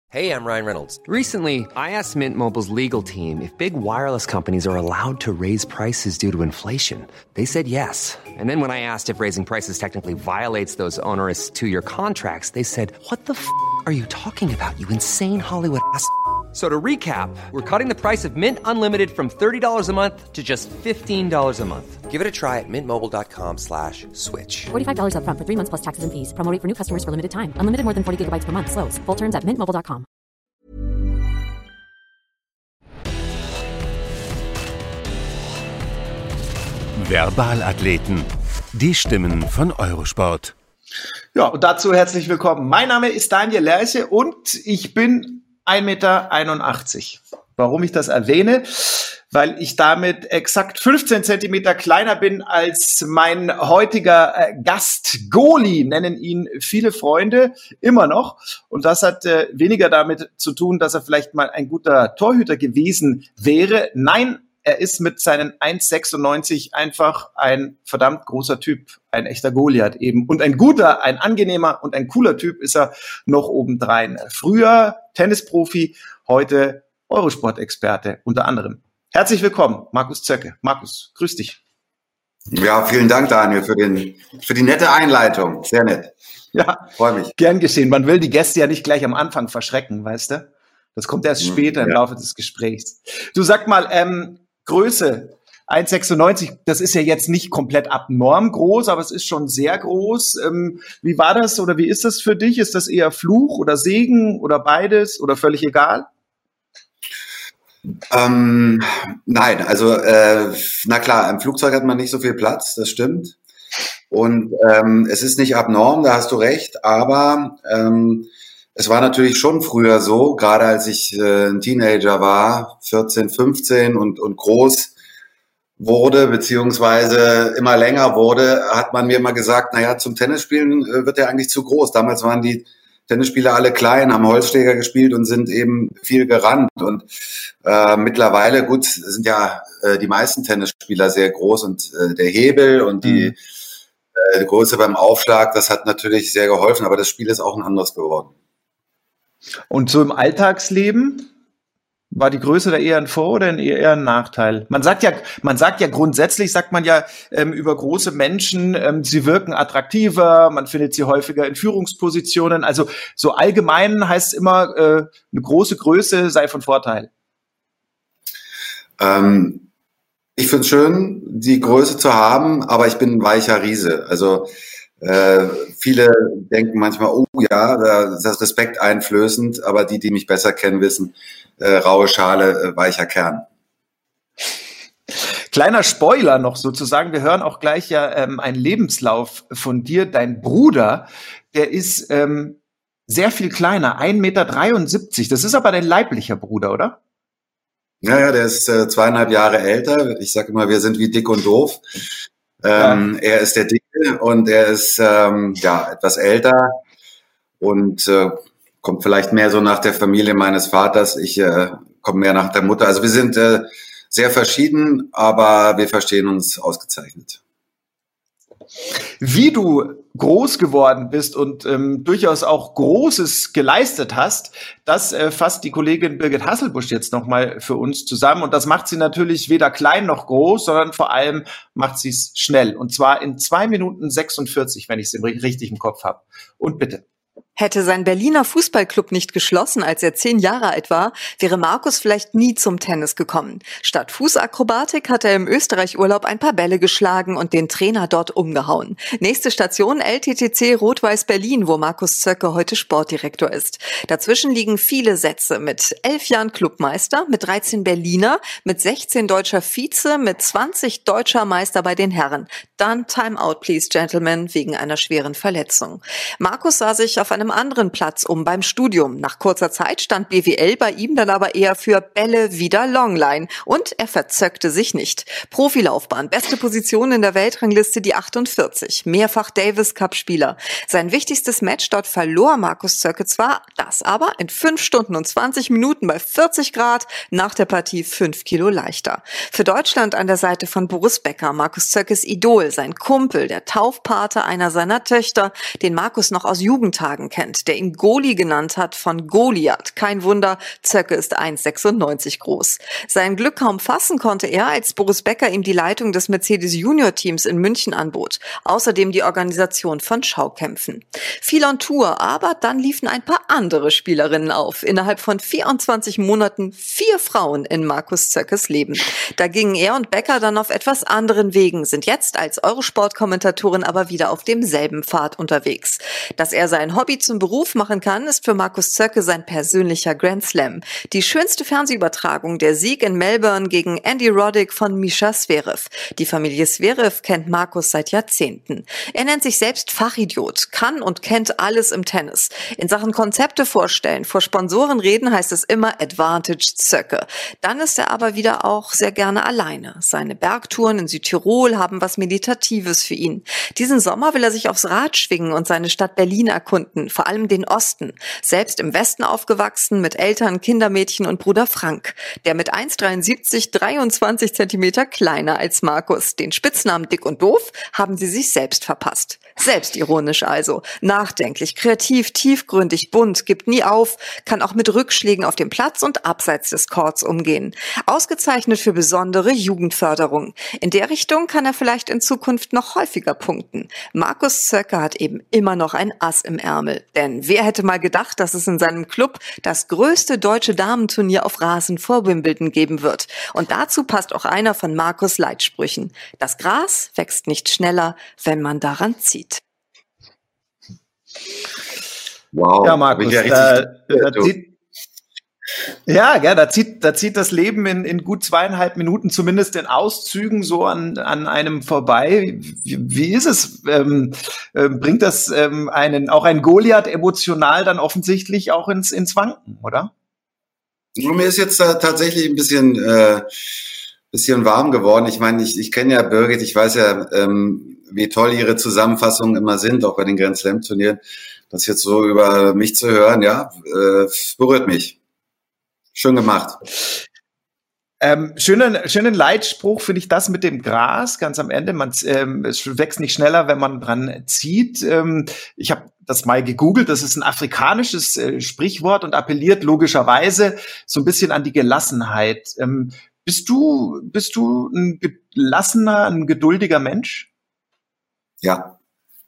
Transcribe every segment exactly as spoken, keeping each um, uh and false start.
Hey, I'm Ryan Reynolds. Recently, I asked Mint Mobile's legal team if big wireless companies are allowed to raise prices due to inflation. They said yes. And then when I asked if raising prices technically violates those onerous two-year contracts, they said, what the f*** are you talking about, you insane Hollywood ass f- So to recap, we're cutting the price of Mint Unlimited from thirty dollars a month to just fifteen dollars a month. Give it a try at mintmobile.com slash switch. forty-five dollars up front for three months plus taxes and fees. Promo rate for new customers for limited time. Unlimited more than forty gigabytes per month. Slows full terms at mint mobile dot com. Verbalathleten, die Stimmen von Eurosport. Ja, und dazu herzlich willkommen. Mein Name ist Daniel Lerche und ich bin ein Meter einundachtzig. Warum ich das erwähne? Weil ich damit exakt fünfzehn Zentimeter kleiner bin als mein heutiger äh, Gast. Goalie nennen ihn viele Freunde immer noch. Und das hat äh, weniger damit zu tun, dass er vielleicht mal ein guter Torhüter gewesen wäre. Nein, er ist mit seinen eins Komma sechsundneunzig einfach ein verdammt großer Typ, ein echter Goliath eben. Und ein guter, ein angenehmer und ein cooler Typ ist er noch obendrein. Früher Tennisprofi, heute Eurosport-Experte unter anderem. Herzlich willkommen, Markus Zöcke. Markus, grüß dich. Ja, vielen Dank, Daniel, für den, für die nette Einleitung. Sehr nett. Ja, freue mich. Gern geschehen. Man will die Gäste ja nicht gleich am Anfang verschrecken, weißt du? Das kommt erst Mhm, später im ja. Laufe des Gesprächs. Du, sag mal, ähm, Größe eins Komma sechsundneunzig, das ist ja jetzt nicht komplett abnorm groß, aber es ist schon sehr groß. Ähm, wie war das oder wie ist das für dich? Ist das eher Fluch oder Segen oder beides oder völlig egal? Ähm, nein, also äh, na klar, im Flugzeug hat man nicht so viel Platz, das stimmt. Und ähm, es ist nicht abnorm, da hast du recht, aber ähm, es war natürlich schon früher so, gerade als ich äh, ein Teenager war, vierzehn, fünfzehn und, und groß wurde, beziehungsweise immer länger wurde, hat man mir immer gesagt, naja, zum Tennisspielen äh, wird er eigentlich zu groß. Damals waren die Tennisspieler alle klein, haben Holzschläger gespielt und sind eben viel gerannt. Und äh, mittlerweile, gut, sind ja äh, die meisten Tennisspieler sehr groß und äh, der Hebel und die, äh, die Größe beim Aufschlag, das hat natürlich sehr geholfen, aber das Spiel ist auch ein anderes geworden. Und so im Alltagsleben, war die Größe da eher ein Vor- oder eher ein Nachteil? Man sagt ja, man sagt ja grundsätzlich, sagt man ja ähm, über große Menschen, ähm, sie wirken attraktiver, man findet sie häufiger in Führungspositionen. Also so allgemein heißt es immer, äh, eine große Größe sei von Vorteil. Ähm, ich finde es schön, die Größe zu haben, aber ich bin ein weicher Riese. Also Äh, viele denken manchmal, oh ja, das ist respekteinflößend, aber die, die mich besser kennen, wissen, äh, raue Schale, äh, weicher Kern. Kleiner Spoiler noch sozusagen, wir hören auch gleich ja ähm, einen Lebenslauf von dir. Dein Bruder, der ist ähm, sehr viel kleiner, ein Meter dreiundsiebzig. Das ist aber dein leiblicher Bruder, oder? Ja, ja, der ist äh, zweieinhalb Jahre älter. Ich sage immer, wir sind wie dick und doof. Ähm, ja. Er ist der Dicke und er ist ähm, ja etwas älter und äh, kommt vielleicht mehr so nach der Familie meines Vaters. Ich äh, komme mehr nach der Mutter. Also wir sind äh, sehr verschieden, aber wir verstehen uns ausgezeichnet. Wie du groß geworden bist und ähm, durchaus auch Großes geleistet hast, das äh, fasst die Kollegin Birgit Hasselbusch jetzt nochmal für uns zusammen. Und das macht sie natürlich weder klein noch groß, sondern vor allem macht sie es schnell. Und zwar in zwei Minuten sechsundvierzig, wenn ich es richtig im Kopf habe. Und bitte. Hätte sein Berliner Fußballclub nicht geschlossen, als er zehn Jahre alt war, wäre Markus vielleicht nie zum Tennis gekommen. Statt Fußakrobatik hat er im Österreich-Urlaub ein paar Bälle geschlagen und den Trainer dort umgehauen. Nächste Station L T T C Rot-Weiß Berlin, wo Markus Zöcke heute Sportdirektor ist. Dazwischen liegen viele Sätze mit elf Jahren Clubmeister, mit dreizehn Berliner, mit sechzehn deutscher Vize, mit zwanzig deutscher Meister bei den Herren. Dann Timeout, please, Gentlemen, wegen einer schweren Verletzung. Markus sah sich auf einem anderen Platz um beim Studium. Nach kurzer Zeit stand B W L bei ihm dann aber eher für Bälle wieder Longline. Und er verzöckte sich nicht. Profilaufbahn, beste Position in der Weltrangliste die achtundvierzig. Mehrfach Davis-Cup-Spieler. Sein wichtigstes Match dort verlor Markus Zöcke zwar, das aber in fünf Stunden und zwanzig Minuten bei vierzig Grad, nach der Partie fünf Kilo leichter. Für Deutschland an der Seite von Boris Becker, Markus Zöckes Idol, sein Kumpel, der Taufpate einer seiner Töchter, den Markus noch aus Jugendtagen kennt. kennt, der ihn Goli genannt hat von Goliath. Kein Wunder, Zöcke ist eins Komma sechsundneunzig groß. Sein Glück kaum fassen konnte er, als Boris Becker ihm die Leitung des Mercedes Junior Teams in München anbot. Außerdem die Organisation von Schaukämpfen. Viel on Tour, aber dann liefen ein paar andere Spielerinnen auf. Innerhalb von vierundzwanzig Monaten vier Frauen in Markus Zöckes Leben. Da gingen er und Becker dann auf etwas anderen Wegen, sind jetzt als Eurosport-Kommentatorin aber wieder auf demselben Pfad unterwegs. Dass er sein Hobby zum Beruf machen kann, ist für Markus Zöcke sein persönlicher Grand Slam. Die schönste Fernsehübertragung, der Sieg in Melbourne gegen Andy Roddick von Mischa Zverev. Die Familie Zverev kennt Markus seit Jahrzehnten. Er nennt sich selbst Fachidiot, kann und kennt alles im Tennis. In Sachen Konzepte vorstellen, vor Sponsoren reden, heißt es immer Advantage Zöcke. Dann ist er aber wieder auch sehr gerne alleine. Seine Bergtouren in Südtirol haben was Meditatives für ihn. Diesen Sommer will er sich aufs Rad schwingen und seine Stadt Berlin erkunden, vor allem den Osten. Selbst im Westen aufgewachsen, mit Eltern, Kindermädchen und Bruder Frank. Der mit eins Komma dreiundsiebzig dreiundzwanzig Zentimeter kleiner als Markus. Den Spitznamen Dick und Doof haben sie sich selbst verpasst. Selbstironisch also. Nachdenklich, kreativ, tiefgründig, bunt, gibt nie auf, kann auch mit Rückschlägen auf dem Platz und abseits des Courts umgehen. Ausgezeichnet für besondere Jugendförderung. In der Richtung kann er vielleicht in Zukunft noch häufiger punkten. Markus Zöcke hat eben immer noch ein Ass im Ärmel. Denn wer hätte mal gedacht, dass es in seinem Club das größte deutsche Damenturnier auf Rasen vor Wimbledon geben wird. Und dazu passt auch einer von Markus' Leitsprüchen. Das Gras wächst nicht schneller, wenn man daran zieht. Wow. Ja, Markus, ja, da, da zieht, ja, ja, da zieht, da zieht das Leben in, in gut zweieinhalb Minuten, zumindest in Auszügen, so an, an einem vorbei. Wie, wie ist es? Ähm, äh, bringt das ähm, einen, auch ein Goliath emotional dann offensichtlich auch ins, ins Wanken, oder? Also mir ist jetzt da tatsächlich ein bisschen, äh, bisschen warm geworden. Ich meine, ich, ich kenne ja Birgit, ich weiß ja, ähm, wie toll ihre Zusammenfassungen immer sind, auch bei den Grand Slam Turnieren. Das jetzt so über mich zu hören, ja, äh, berührt mich. Schön gemacht. Ähm, schönen, schönen Leitspruch finde ich das mit dem Gras ganz am Ende. Man, ähm, es wächst nicht schneller, wenn man dran zieht. Ähm, ich habe das mal gegoogelt. Das ist ein afrikanisches äh, Sprichwort und appelliert logischerweise so ein bisschen an die Gelassenheit. Ähm, bist du, bist du ein gelassener, ein geduldiger Mensch? Ja.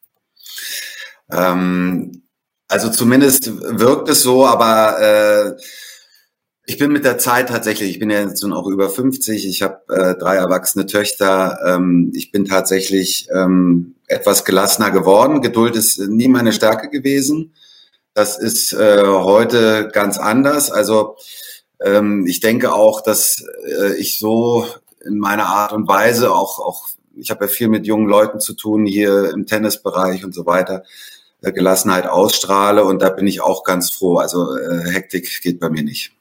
Ähm, also zumindest wirkt es so, aber äh, ich bin mit der Zeit tatsächlich, ich bin ja jetzt schon auch über fünfzig, ich habe äh, drei erwachsene Töchter, ähm, ich bin tatsächlich ähm, etwas gelassener geworden. Geduld ist nie meine Stärke gewesen. Das ist äh, heute ganz anders. Also ähm, ich denke auch, dass äh, ich so in meiner Art und Weise auch, auch ich habe ja viel mit jungen Leuten zu tun hier im Tennisbereich und so weiter, äh, Gelassenheit ausstrahle und da bin ich auch ganz froh. Also äh, Hektik geht bei mir nicht.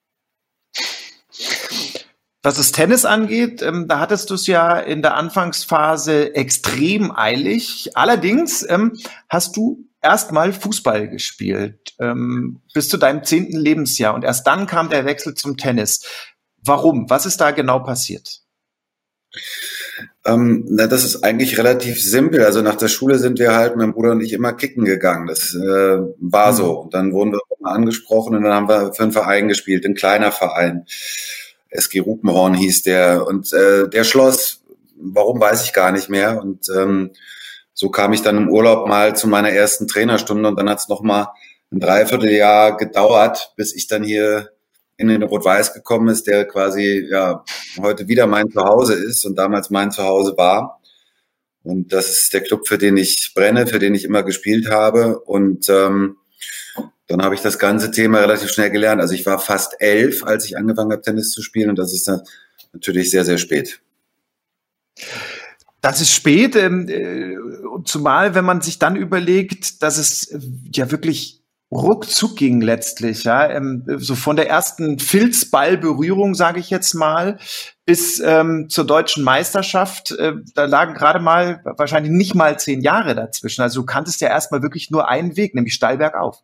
Was das Tennis angeht, ähm, da hattest du es ja in der Anfangsphase extrem eilig. Allerdings ähm, hast du erstmal Fußball gespielt ähm, bis zu deinem zehnten Lebensjahr und erst dann kam der Wechsel zum Tennis. Warum? Was ist da genau passiert? Ähm, na, das ist eigentlich relativ simpel. Also nach der Schule sind wir halt, mein Bruder und ich, immer kicken gegangen. Das äh, war mhm. so. Und dann wurden wir mal angesprochen und dann haben wir für einen Verein gespielt, ein kleiner Verein. S G Rupenhorn hieß der. Und äh, der schloss, warum weiß ich gar nicht mehr. Und ähm, so kam ich dann im Urlaub mal zu meiner ersten Trainerstunde und dann hat es nochmal ein Dreivierteljahr gedauert, bis ich dann hier in den Rot-Weiß gekommen ist, der quasi ja heute wieder mein Zuhause ist und damals mein Zuhause war. Und das ist der Club, für den ich brenne, für den ich immer gespielt habe. Und ähm, dann habe ich das ganze Thema relativ schnell gelernt. Also ich war fast elf, als ich angefangen habe, Tennis zu spielen. Und das ist dann natürlich sehr, sehr spät. Das ist spät, äh, zumal wenn man sich dann überlegt, dass es ja wirklich ruckzuck ging letztlich, ja, ähm, so von der ersten Filzballberührung, sage ich jetzt mal, bis ähm, zur deutschen Meisterschaft, äh, da lagen gerade mal wahrscheinlich nicht mal zehn Jahre dazwischen. Also du kanntest ja erstmal wirklich nur einen Weg, nämlich steil bergauf.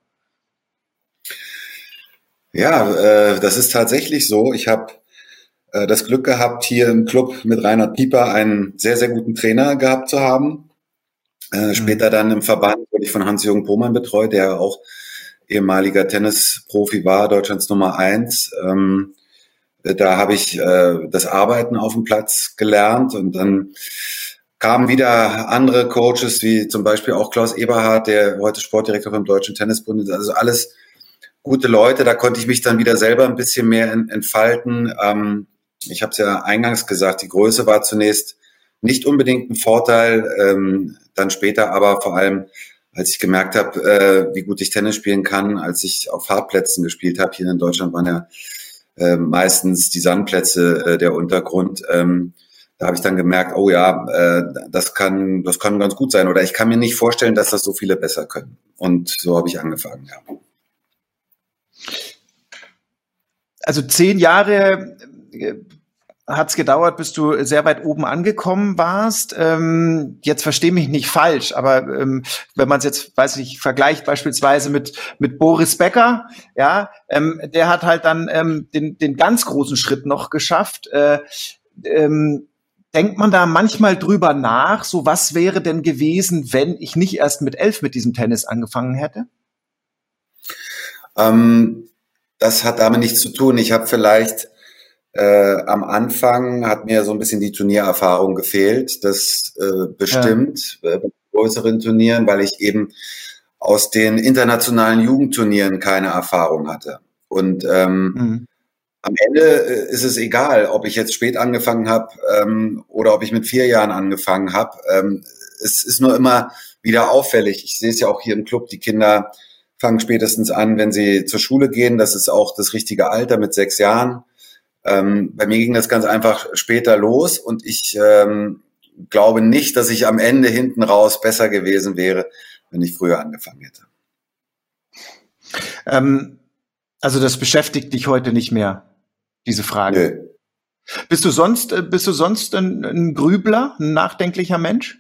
Ja, äh, das ist tatsächlich so. Ich habe äh, das Glück gehabt, hier im Club mit Reinhard Pieper einen sehr, sehr guten Trainer gehabt zu haben. Äh, später dann im Verband wurde ich von Hans-Jürgen Pohmann betreut, der auch ehemaliger Tennisprofi war, Deutschlands Nummer eins. Ähm, da habe ich äh, das Arbeiten auf dem Platz gelernt und dann kamen wieder andere Coaches, wie zum Beispiel auch Klaus Eberhardt, der heute Sportdirektor vom Deutschen Tennisbund ist. Also alles gute Leute, da konnte ich mich dann wieder selber ein bisschen mehr entfalten. Ähm, ich habe es ja eingangs gesagt, die Größe war zunächst nicht unbedingt ein Vorteil, ähm, dann später aber vor allem, als ich gemerkt habe, äh, wie gut ich Tennis spielen kann, als ich auf Hartplätzen gespielt habe. Hier in Deutschland waren ja äh, meistens die Sandplätze äh, der Untergrund. Ähm, da habe ich dann gemerkt, oh ja, äh, das kann, das kann ganz gut sein. Oder ich kann mir nicht vorstellen, dass das so viele besser können. Und so habe ich angefangen, ja. Also zehn Jahre hat es gedauert, bis du sehr weit oben angekommen warst. Ähm, jetzt versteh mich nicht falsch, aber ähm, wenn man es jetzt, weiß ich, vergleicht beispielsweise mit mit Boris Becker, ja, ähm, der hat halt dann ähm, den den ganz großen Schritt noch geschafft. Äh, ähm, denkt man da manchmal drüber nach, so was wäre denn gewesen, wenn ich nicht erst mit elf mit diesem Tennis angefangen hätte? Ähm, das hat damit nichts zu tun. Ich habe vielleicht Äh, am Anfang hat mir so ein bisschen die Turniererfahrung gefehlt, das äh, bestimmt ja. äh, bei größeren Turnieren, weil ich eben aus den internationalen Jugendturnieren keine Erfahrung hatte. Und ähm, mhm. am Ende äh, ist es egal, ob ich jetzt spät angefangen habe ähm, oder ob ich mit vier Jahren angefangen habe. Ähm, es ist nur immer wieder auffällig. Ich sehe es ja auch hier im Club, die Kinder fangen spätestens an, wenn sie zur Schule gehen. Das ist auch das richtige Alter mit sechs Jahren. Ähm, bei mir ging das ganz einfach später los und ich ähm, glaube nicht, dass ich am Ende hinten raus besser gewesen wäre, wenn ich früher angefangen hätte. Ähm, also das beschäftigt dich heute nicht mehr, diese Frage? Nö. Bist du sonst, bist du sonst ein, ein Grübler, ein nachdenklicher Mensch?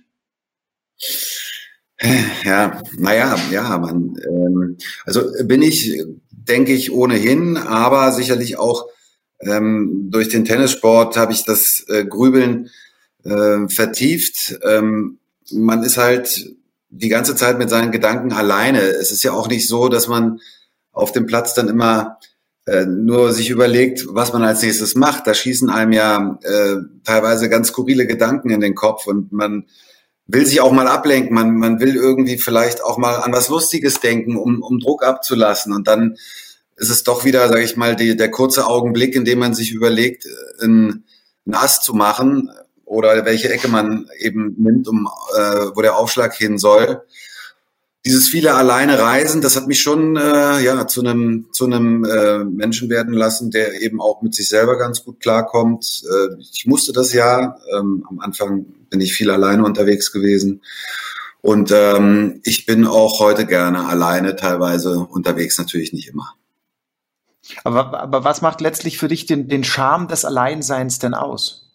Ja, naja, ja, man, ähm, also bin ich, denke ich, ohnehin, aber sicherlich auch Ähm, durch den Tennissport habe ich das äh, Grübeln äh, vertieft. Ähm, man ist halt die ganze Zeit mit seinen Gedanken alleine. Es ist ja auch nicht so, dass man auf dem Platz dann immer äh, nur sich überlegt, was man als nächstes macht. Da schießen einem ja äh, teilweise ganz skurrile Gedanken in den Kopf und man will sich auch mal ablenken. Man, man will irgendwie vielleicht auch mal an was Lustiges denken, um, um Druck abzulassen. Und dann ist es doch wieder, sage ich mal, die, der kurze Augenblick, in dem man sich überlegt, einen, einen Ast zu machen oder welche Ecke man eben nimmt, um äh, wo der Aufschlag hin soll. Dieses viele alleine Reisen, das hat mich schon äh, ja zu einem zu einem äh, Menschen werden lassen, der eben auch mit sich selber ganz gut klarkommt. Äh, ich musste das ja. Ähm, am Anfang bin ich viel alleine unterwegs gewesen. Und ähm, ich bin auch heute gerne alleine teilweise unterwegs, natürlich nicht immer. Aber, aber was macht letztlich für dich den, den Charme des Alleinseins denn aus?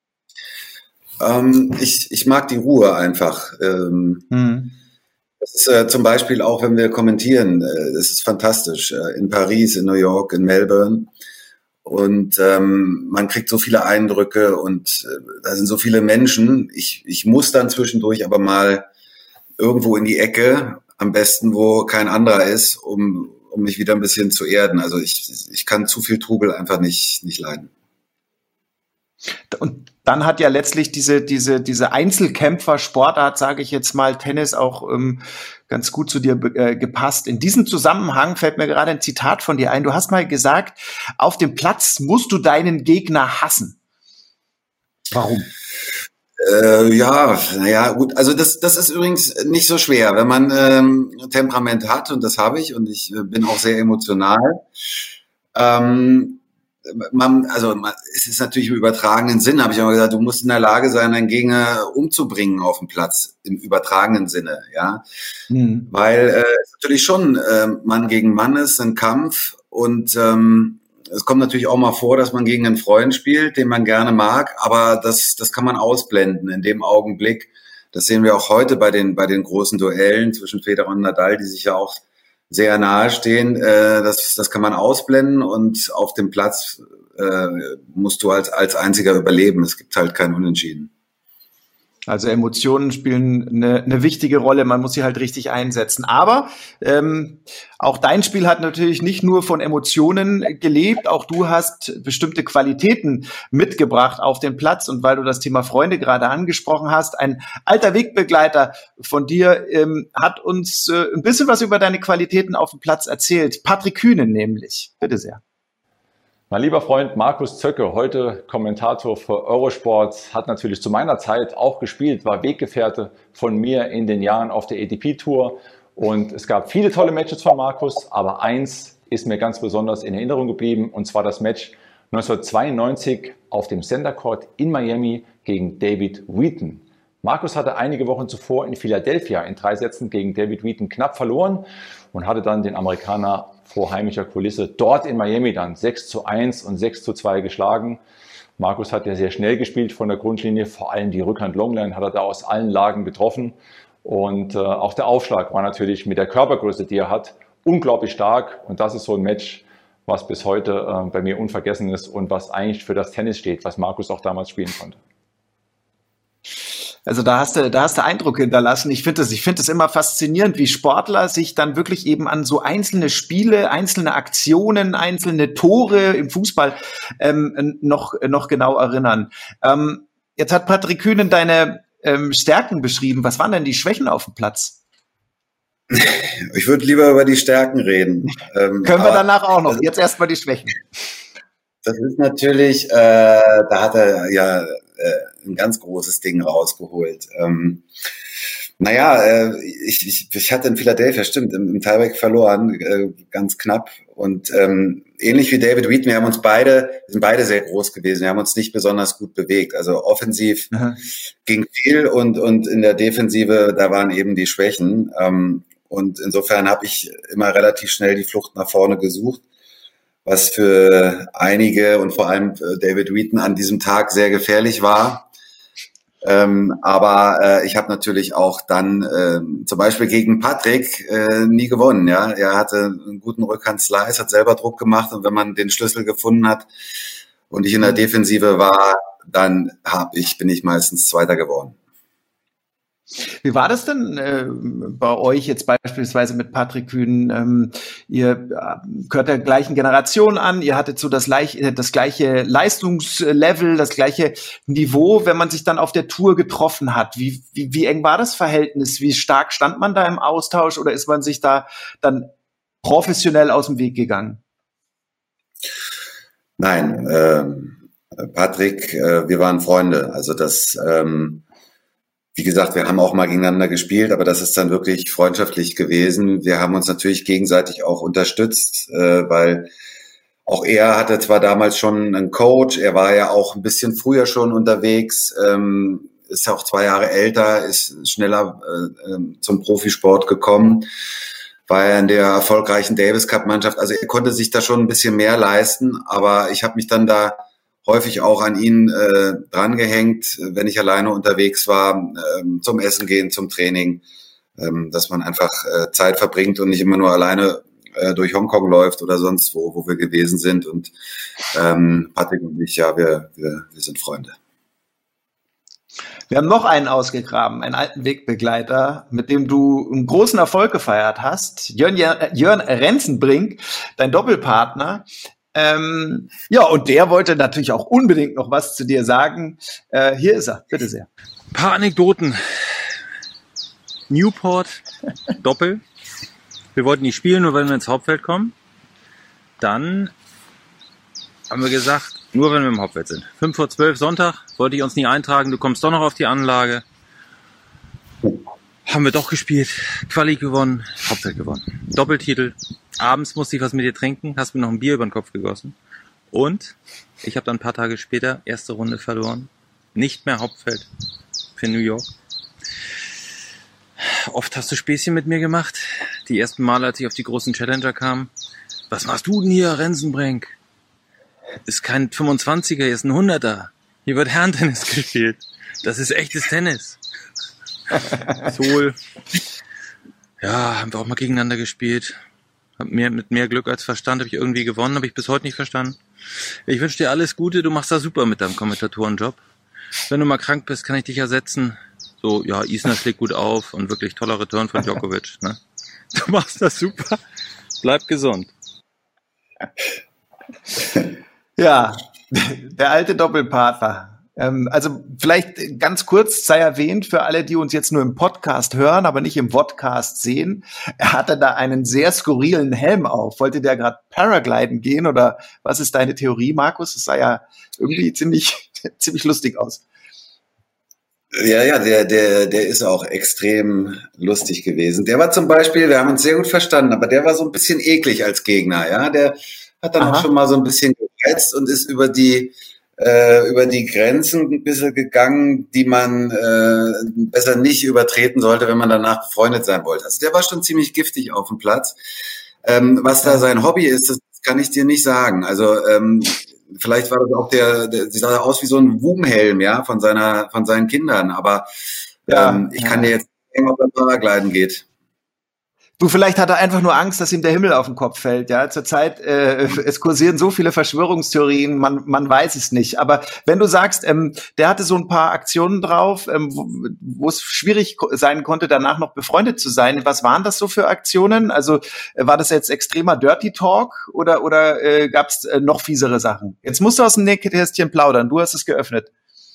Ähm, ich, ich mag die Ruhe einfach. Ähm, hm. Das ist äh, zum Beispiel auch, wenn wir kommentieren, äh, das ist fantastisch. Äh, in Paris, in New York, in Melbourne. Und ähm, man kriegt so viele Eindrücke und äh, da sind so viele Menschen. Ich, ich muss dann zwischendurch aber mal irgendwo in die Ecke, am besten, wo kein anderer ist, um um mich wieder ein bisschen zu erden. Also ich, ich kann zu viel Trubel einfach nicht, nicht leiden. Und dann hat ja letztlich diese, diese, diese Einzelkämpfer-Sportart, sage ich jetzt mal, Tennis auch ähm, ganz gut zu dir äh, gepasst. In diesem Zusammenhang fällt mir gerade ein Zitat von dir ein. Du hast mal gesagt, auf dem Platz musst du deinen Gegner hassen. Warum? Äh, ja, naja, gut. Also das, das ist übrigens nicht so schwer, wenn man ähm, Temperament hat, und das habe ich, und ich äh, bin auch sehr emotional. Ähm, man, also man, es ist natürlich im übertragenen Sinn, habe ich immer gesagt, du musst in der Lage sein, deinen Gegner umzubringen auf dem Platz, im übertragenen Sinne, ja. Mhm. Weil äh, es natürlich schon äh, Mann gegen Mann ist, ein Kampf, und ähm, es kommt natürlich auch mal vor, dass man gegen einen Freund spielt, den man gerne mag, aber das, das kann man ausblenden in dem Augenblick. Das sehen wir auch heute bei den, bei den großen Duellen zwischen Federer und Nadal, die sich ja auch sehr nahe stehen. Äh, das, das kann man ausblenden, und auf dem Platz äh, musst du als, als einziger überleben. Es gibt halt kein Unentschieden. Also Emotionen spielen eine, eine wichtige Rolle, man muss sie halt richtig einsetzen. Aber ähm, auch dein Spiel hat natürlich nicht nur von Emotionen gelebt, auch du hast bestimmte Qualitäten mitgebracht auf den Platz. Und weil du das Thema Freunde gerade angesprochen hast, ein alter Wegbegleiter von dir ähm, hat uns äh, ein bisschen was über deine Qualitäten auf dem Platz erzählt. Patrick Kühnen nämlich. Bitte sehr. Mein lieber Freund Markus Zöcke, heute Kommentator für Eurosport, hat natürlich zu meiner Zeit auch gespielt, war Weggefährte von mir in den Jahren auf der A T P-Tour. Und es gab viele tolle Matches von Markus, aber eins ist mir ganz besonders in Erinnerung geblieben, und zwar das Match neunzehnhundertzweiundneunzig auf dem Center Court in Miami gegen David Wheaton. Markus hatte einige Wochen zuvor in Philadelphia in drei Sätzen gegen David Wheaton knapp verloren und hatte dann den Amerikaner vor heimischer Kulisse dort in Miami dann sechs zu eins und sechs zu zwei geschlagen. Markus hat ja sehr schnell gespielt von der Grundlinie, vor allem die Rückhand-Longline hat er da aus allen Lagen getroffen. Und äh, auch der Aufschlag war natürlich mit der Körpergröße, die er hat, unglaublich stark. Und das ist so ein Match, was bis heute äh, bei mir unvergessen ist und was eigentlich für das Tennis steht, was Markus auch damals spielen konnte. Also da hast du, da hast du Eindruck hinterlassen. Ich finde es, ich finde es immer faszinierend, wie Sportler sich dann wirklich eben an so einzelne Spiele, einzelne Aktionen, einzelne Tore im Fußball ähm, noch noch genau erinnern. Ähm, jetzt hat Patrick Kühnen deine ähm, Stärken beschrieben. Was waren denn die Schwächen auf dem Platz? Ich würde lieber über die Stärken reden. Ähm, Können wir danach auch noch. Jetzt erstmal die Schwächen. Das ist natürlich, äh, da hat er ja äh, ein ganz großes Ding rausgeholt. Ähm, naja, äh, ich, ich, ich hatte in Philadelphia, stimmt, im, im Tiebreak verloren, äh, ganz knapp. Und ähm, ähnlich wie David Wheaton, wir haben uns beide, wir sind beide sehr groß gewesen, wir haben uns nicht besonders gut bewegt. Also offensiv Aha. ging viel und, und in der Defensive, da waren eben die Schwächen. Ähm, und insofern habe ich immer relativ schnell die Flucht nach vorne gesucht, was für einige und vor allem David Wheaton an diesem Tag sehr gefährlich war. Ähm, aber äh, ich habe natürlich auch dann äh, zum Beispiel gegen Patrick äh, nie gewonnen. Ja, er hatte einen guten Rückhand-Slice, hat selber Druck gemacht, und wenn man den Schlüssel gefunden hat und ich in der Defensive war, dann hab ich bin ich meistens Zweiter geworden. Wie war das denn äh, bei euch jetzt beispielsweise mit Patrick Kühnen? Ähm, ihr äh, gehört der gleichen Generation an, ihr hattet so das, gleich, das gleiche Leistungslevel, das gleiche Niveau, wenn man sich dann auf der Tour getroffen hat. Wie, wie, wie eng war das Verhältnis? Wie stark stand man da im Austausch, oder ist man sich da dann professionell aus dem Weg gegangen? Nein, äh, Patrick, äh, wir waren Freunde. Also das... Ähm Wie gesagt, wir haben auch mal gegeneinander gespielt, aber das ist dann wirklich freundschaftlich gewesen. Wir haben uns natürlich gegenseitig auch unterstützt, äh, weil auch er hatte zwar damals schon einen Coach, er war ja auch ein bisschen früher schon unterwegs, ähm, ist ja auch zwei Jahre älter, ist schneller äh, zum Profisport gekommen, war ja in der erfolgreichen Davis Cup Mannschaft. Also er konnte sich da schon ein bisschen mehr leisten, aber ich habe mich dann da häufig auch an ihn äh, drangehängt, wenn ich alleine unterwegs war, ähm, zum Essen gehen, zum Training, ähm, dass man einfach äh, Zeit verbringt und nicht immer nur alleine äh, durch Hongkong läuft oder sonst wo, wo wir gewesen sind. Und ähm, Patrick und ich, ja, wir, wir, wir sind Freunde. Wir haben noch einen ausgegraben, einen alten Wegbegleiter, mit dem du einen großen Erfolg gefeiert hast. Jörn, Jörn Rensenbrink, dein Doppelpartner. Ähm, ja, und der wollte natürlich auch unbedingt noch was zu dir sagen. Äh, hier ist er, bitte sehr. Ein paar Anekdoten. Newport, Doppel. Wir wollten nicht spielen, nur wenn wir ins Hauptfeld kommen. Dann haben wir gesagt, nur wenn wir im Hauptfeld sind. fünf vor zwölf Sonntag, wollte ich uns nie eintragen, du kommst doch noch auf die Anlage. Haben wir doch gespielt, Quali gewonnen, Hauptfeld gewonnen. Doppeltitel. Abends musste ich was mit dir trinken, hast mir noch ein Bier über den Kopf gegossen. Und ich habe dann ein paar Tage später erste Runde verloren. Nicht mehr Hauptfeld für New York. Oft hast du Späßchen mit mir gemacht. Die ersten Male, als ich auf die großen Challenger kam. Was machst du denn hier, Rensenbrink? Ist kein fünfundzwanziger, ist ein Hunderter. Hier wird Herrentennis gespielt. Das ist echtes Tennis. Sol. Ja, haben wir auch mal gegeneinander gespielt. Hab mehr, mit mehr Glück als Verstand habe ich irgendwie gewonnen, habe ich bis heute nicht verstanden. Ich wünsche dir alles Gute, du machst das super mit deinem Kommentatorenjob. Wenn du mal krank bist, kann ich dich ersetzen. So, ja, Isner schlägt gut auf und wirklich toller Return von Djokovic. Ne? Du machst das super. Bleib gesund. Ja, der alte Doppelpartner. Ähm, also vielleicht ganz kurz sei erwähnt für alle, die uns jetzt nur im Podcast hören, aber nicht im Vodcast sehen. Er hatte da einen sehr skurrilen Helm auf. Wollte der gerade Paragliden gehen oder was ist deine Theorie, Markus? Es sah ja irgendwie ziemlich, ziemlich lustig aus. Ja, ja, der, der, der ist auch extrem lustig gewesen. Der war zum Beispiel, wir haben uns sehr gut verstanden, aber der war so ein bisschen eklig als Gegner, ja. Der hat dann Aha. auch schon mal so ein bisschen gereizt und ist über die, äh, über die Grenzen ein bisschen gegangen, die man äh, besser nicht übertreten sollte, wenn man danach befreundet sein wollte. Also der war schon ziemlich giftig auf dem Platz. Ähm, was da sein Hobby ist, das kann ich dir nicht sagen. Also, ähm, vielleicht war das auch der, der, sie sah aus wie so ein Wumhelm, ja, von seiner, von seinen Kindern. Aber ja, ähm, ich ja. kann dir jetzt nicht sagen, ob er Paragliden geht. Du, vielleicht hat er einfach nur Angst, dass ihm der Himmel auf den Kopf fällt. Ja, zurzeit äh, es kursieren so viele Verschwörungstheorien, man man weiß es nicht. Aber wenn du sagst, ähm, der hatte so ein paar Aktionen drauf, ähm, wo, wo es schwierig sein konnte, danach noch befreundet zu sein. Was waren das so für Aktionen? Also äh, war das jetzt extremer Dirty Talk oder oder äh, gab es äh, noch fiesere Sachen? Jetzt musst du aus dem Nähkästchen plaudern. Du hast es geöffnet.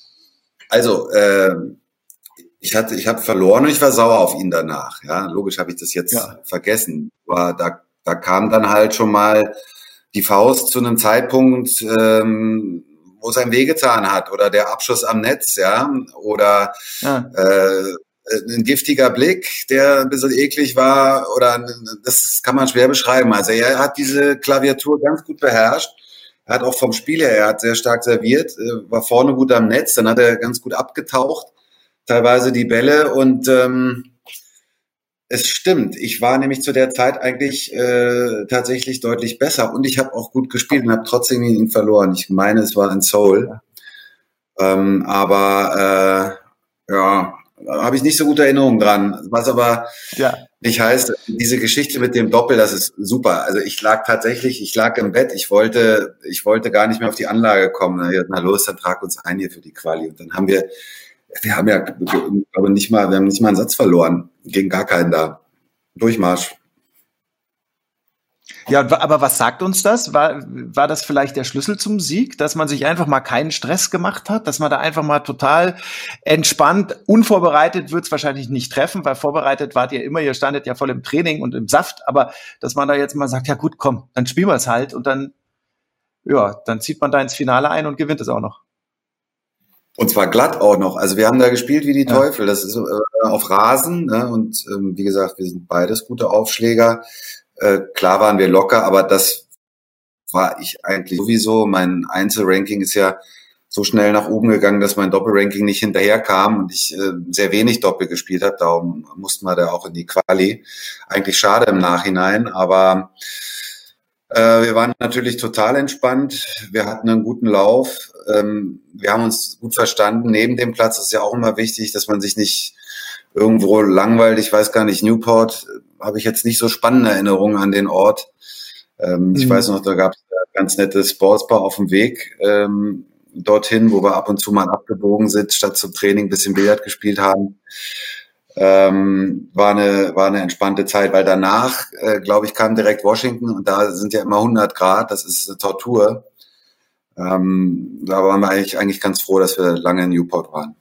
Also äh, Ich hatte, ich habe verloren und ich war sauer auf ihn danach. Ja, logisch habe ich das jetzt ja. vergessen. Aber da, da kam dann halt schon mal die Faust zu einem Zeitpunkt, ähm, wo es einem wehgetan hat oder der Abschuss am Netz, ja, oder ja. Äh, ein giftiger Blick, der ein bisschen eklig war, oder das kann man schwer beschreiben. Also er hat diese Klaviatur ganz gut beherrscht. Er hat auch vom Spiel her, er hat sehr stark serviert, war vorne gut am Netz, dann hat er ganz gut abgetaucht. Teilweise die Bälle und ähm, es stimmt, ich war nämlich zu der Zeit eigentlich äh, tatsächlich deutlich besser und ich habe auch gut gespielt und habe trotzdem gegen ihn verloren. Ich meine, es war in Seoul, ähm, aber äh, ja, habe ich nicht so gute Erinnerungen dran. Was aber ja. nicht heißt, diese Geschichte mit dem Doppel, das ist super. Also ich lag tatsächlich, ich lag im Bett, ich wollte, ich wollte gar nicht mehr auf die Anlage kommen. Na los, dann trag uns ein hier für die Quali und dann haben wir Wir haben ja, glaube nicht mal, wir haben nicht mal einen Satz verloren. Gegen gar keinen da. Durchmarsch. Ja, aber was sagt uns das? War, war das vielleicht der Schlüssel zum Sieg, dass man sich einfach mal keinen Stress gemacht hat, dass man da einfach mal total entspannt, unvorbereitet wird's wahrscheinlich nicht treffen, weil vorbereitet wart ihr immer, ihr standet ja voll im Training und im Saft, aber dass man da jetzt mal sagt, ja gut, komm, dann spielen wir es halt und dann, ja, dann zieht man da ins Finale ein und gewinnt es auch noch. Und zwar glatt auch noch. Also wir haben da gespielt wie die ja. Teufel. Das ist äh, auf Rasen. Ne? Und ähm, wie gesagt, wir sind beides gute Aufschläger. Äh, klar waren wir locker, aber das war ich eigentlich sowieso. Mein Einzelranking ist ja so schnell nach oben gegangen, dass mein Doppelranking nicht hinterherkam und ich äh, sehr wenig Doppel gespielt habe. Darum mussten wir da auch in die Quali. Eigentlich schade im Nachhinein, aber äh, wir waren natürlich total entspannt. Wir hatten einen guten Lauf. Ähm, wir haben uns gut verstanden. Neben dem Platz ist ja auch immer wichtig, dass man sich nicht irgendwo langweilt. Ich weiß gar nicht, Newport habe ich jetzt nicht so spannende Erinnerungen an den Ort. Ähm, mhm. Ich weiß noch, da gab es eine ganz nette Sportsbar auf dem Weg ähm, dorthin, wo wir ab und zu mal abgebogen sind, statt zum Training ein bisschen Billard gespielt haben. Ähm, war eine war eine entspannte Zeit, weil danach, äh, glaube ich, kam direkt Washington und da sind ja immer hundert Grad. Das ist eine Tortur. Ähm, da waren wir eigentlich, eigentlich ganz froh, dass wir lange in Newport waren.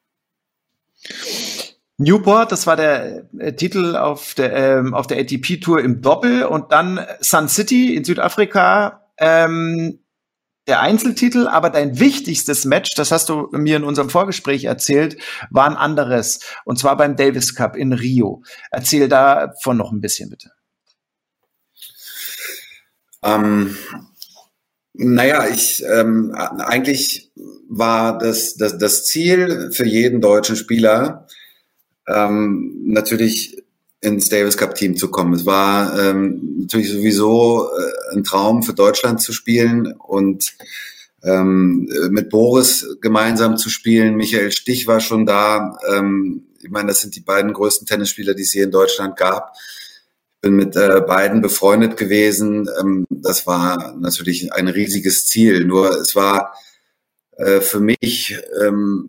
Newport, das war der äh, Titel auf der ähm, auf der A T P-Tour im Doppel und dann Sun City in Südafrika, ähm, der Einzeltitel, aber dein wichtigstes Match, das hast du mir in unserem Vorgespräch erzählt, war ein anderes und zwar beim Davis Cup in Rio. Erzähl davon noch ein bisschen, bitte. Ähm Naja, ich ähm, eigentlich war das, das das Ziel für jeden deutschen Spieler ähm, natürlich ins Davis Cup Team zu kommen. Es war ähm, natürlich sowieso äh, ein Traum für Deutschland zu spielen und ähm, mit Boris gemeinsam zu spielen. Michael Stich war schon da. Ähm, ich meine, das sind die beiden größten Tennisspieler, die es hier in Deutschland gab. Bin mit äh, beiden befreundet gewesen. Ähm, das war natürlich ein riesiges Ziel. Nur es war äh, für mich ähm,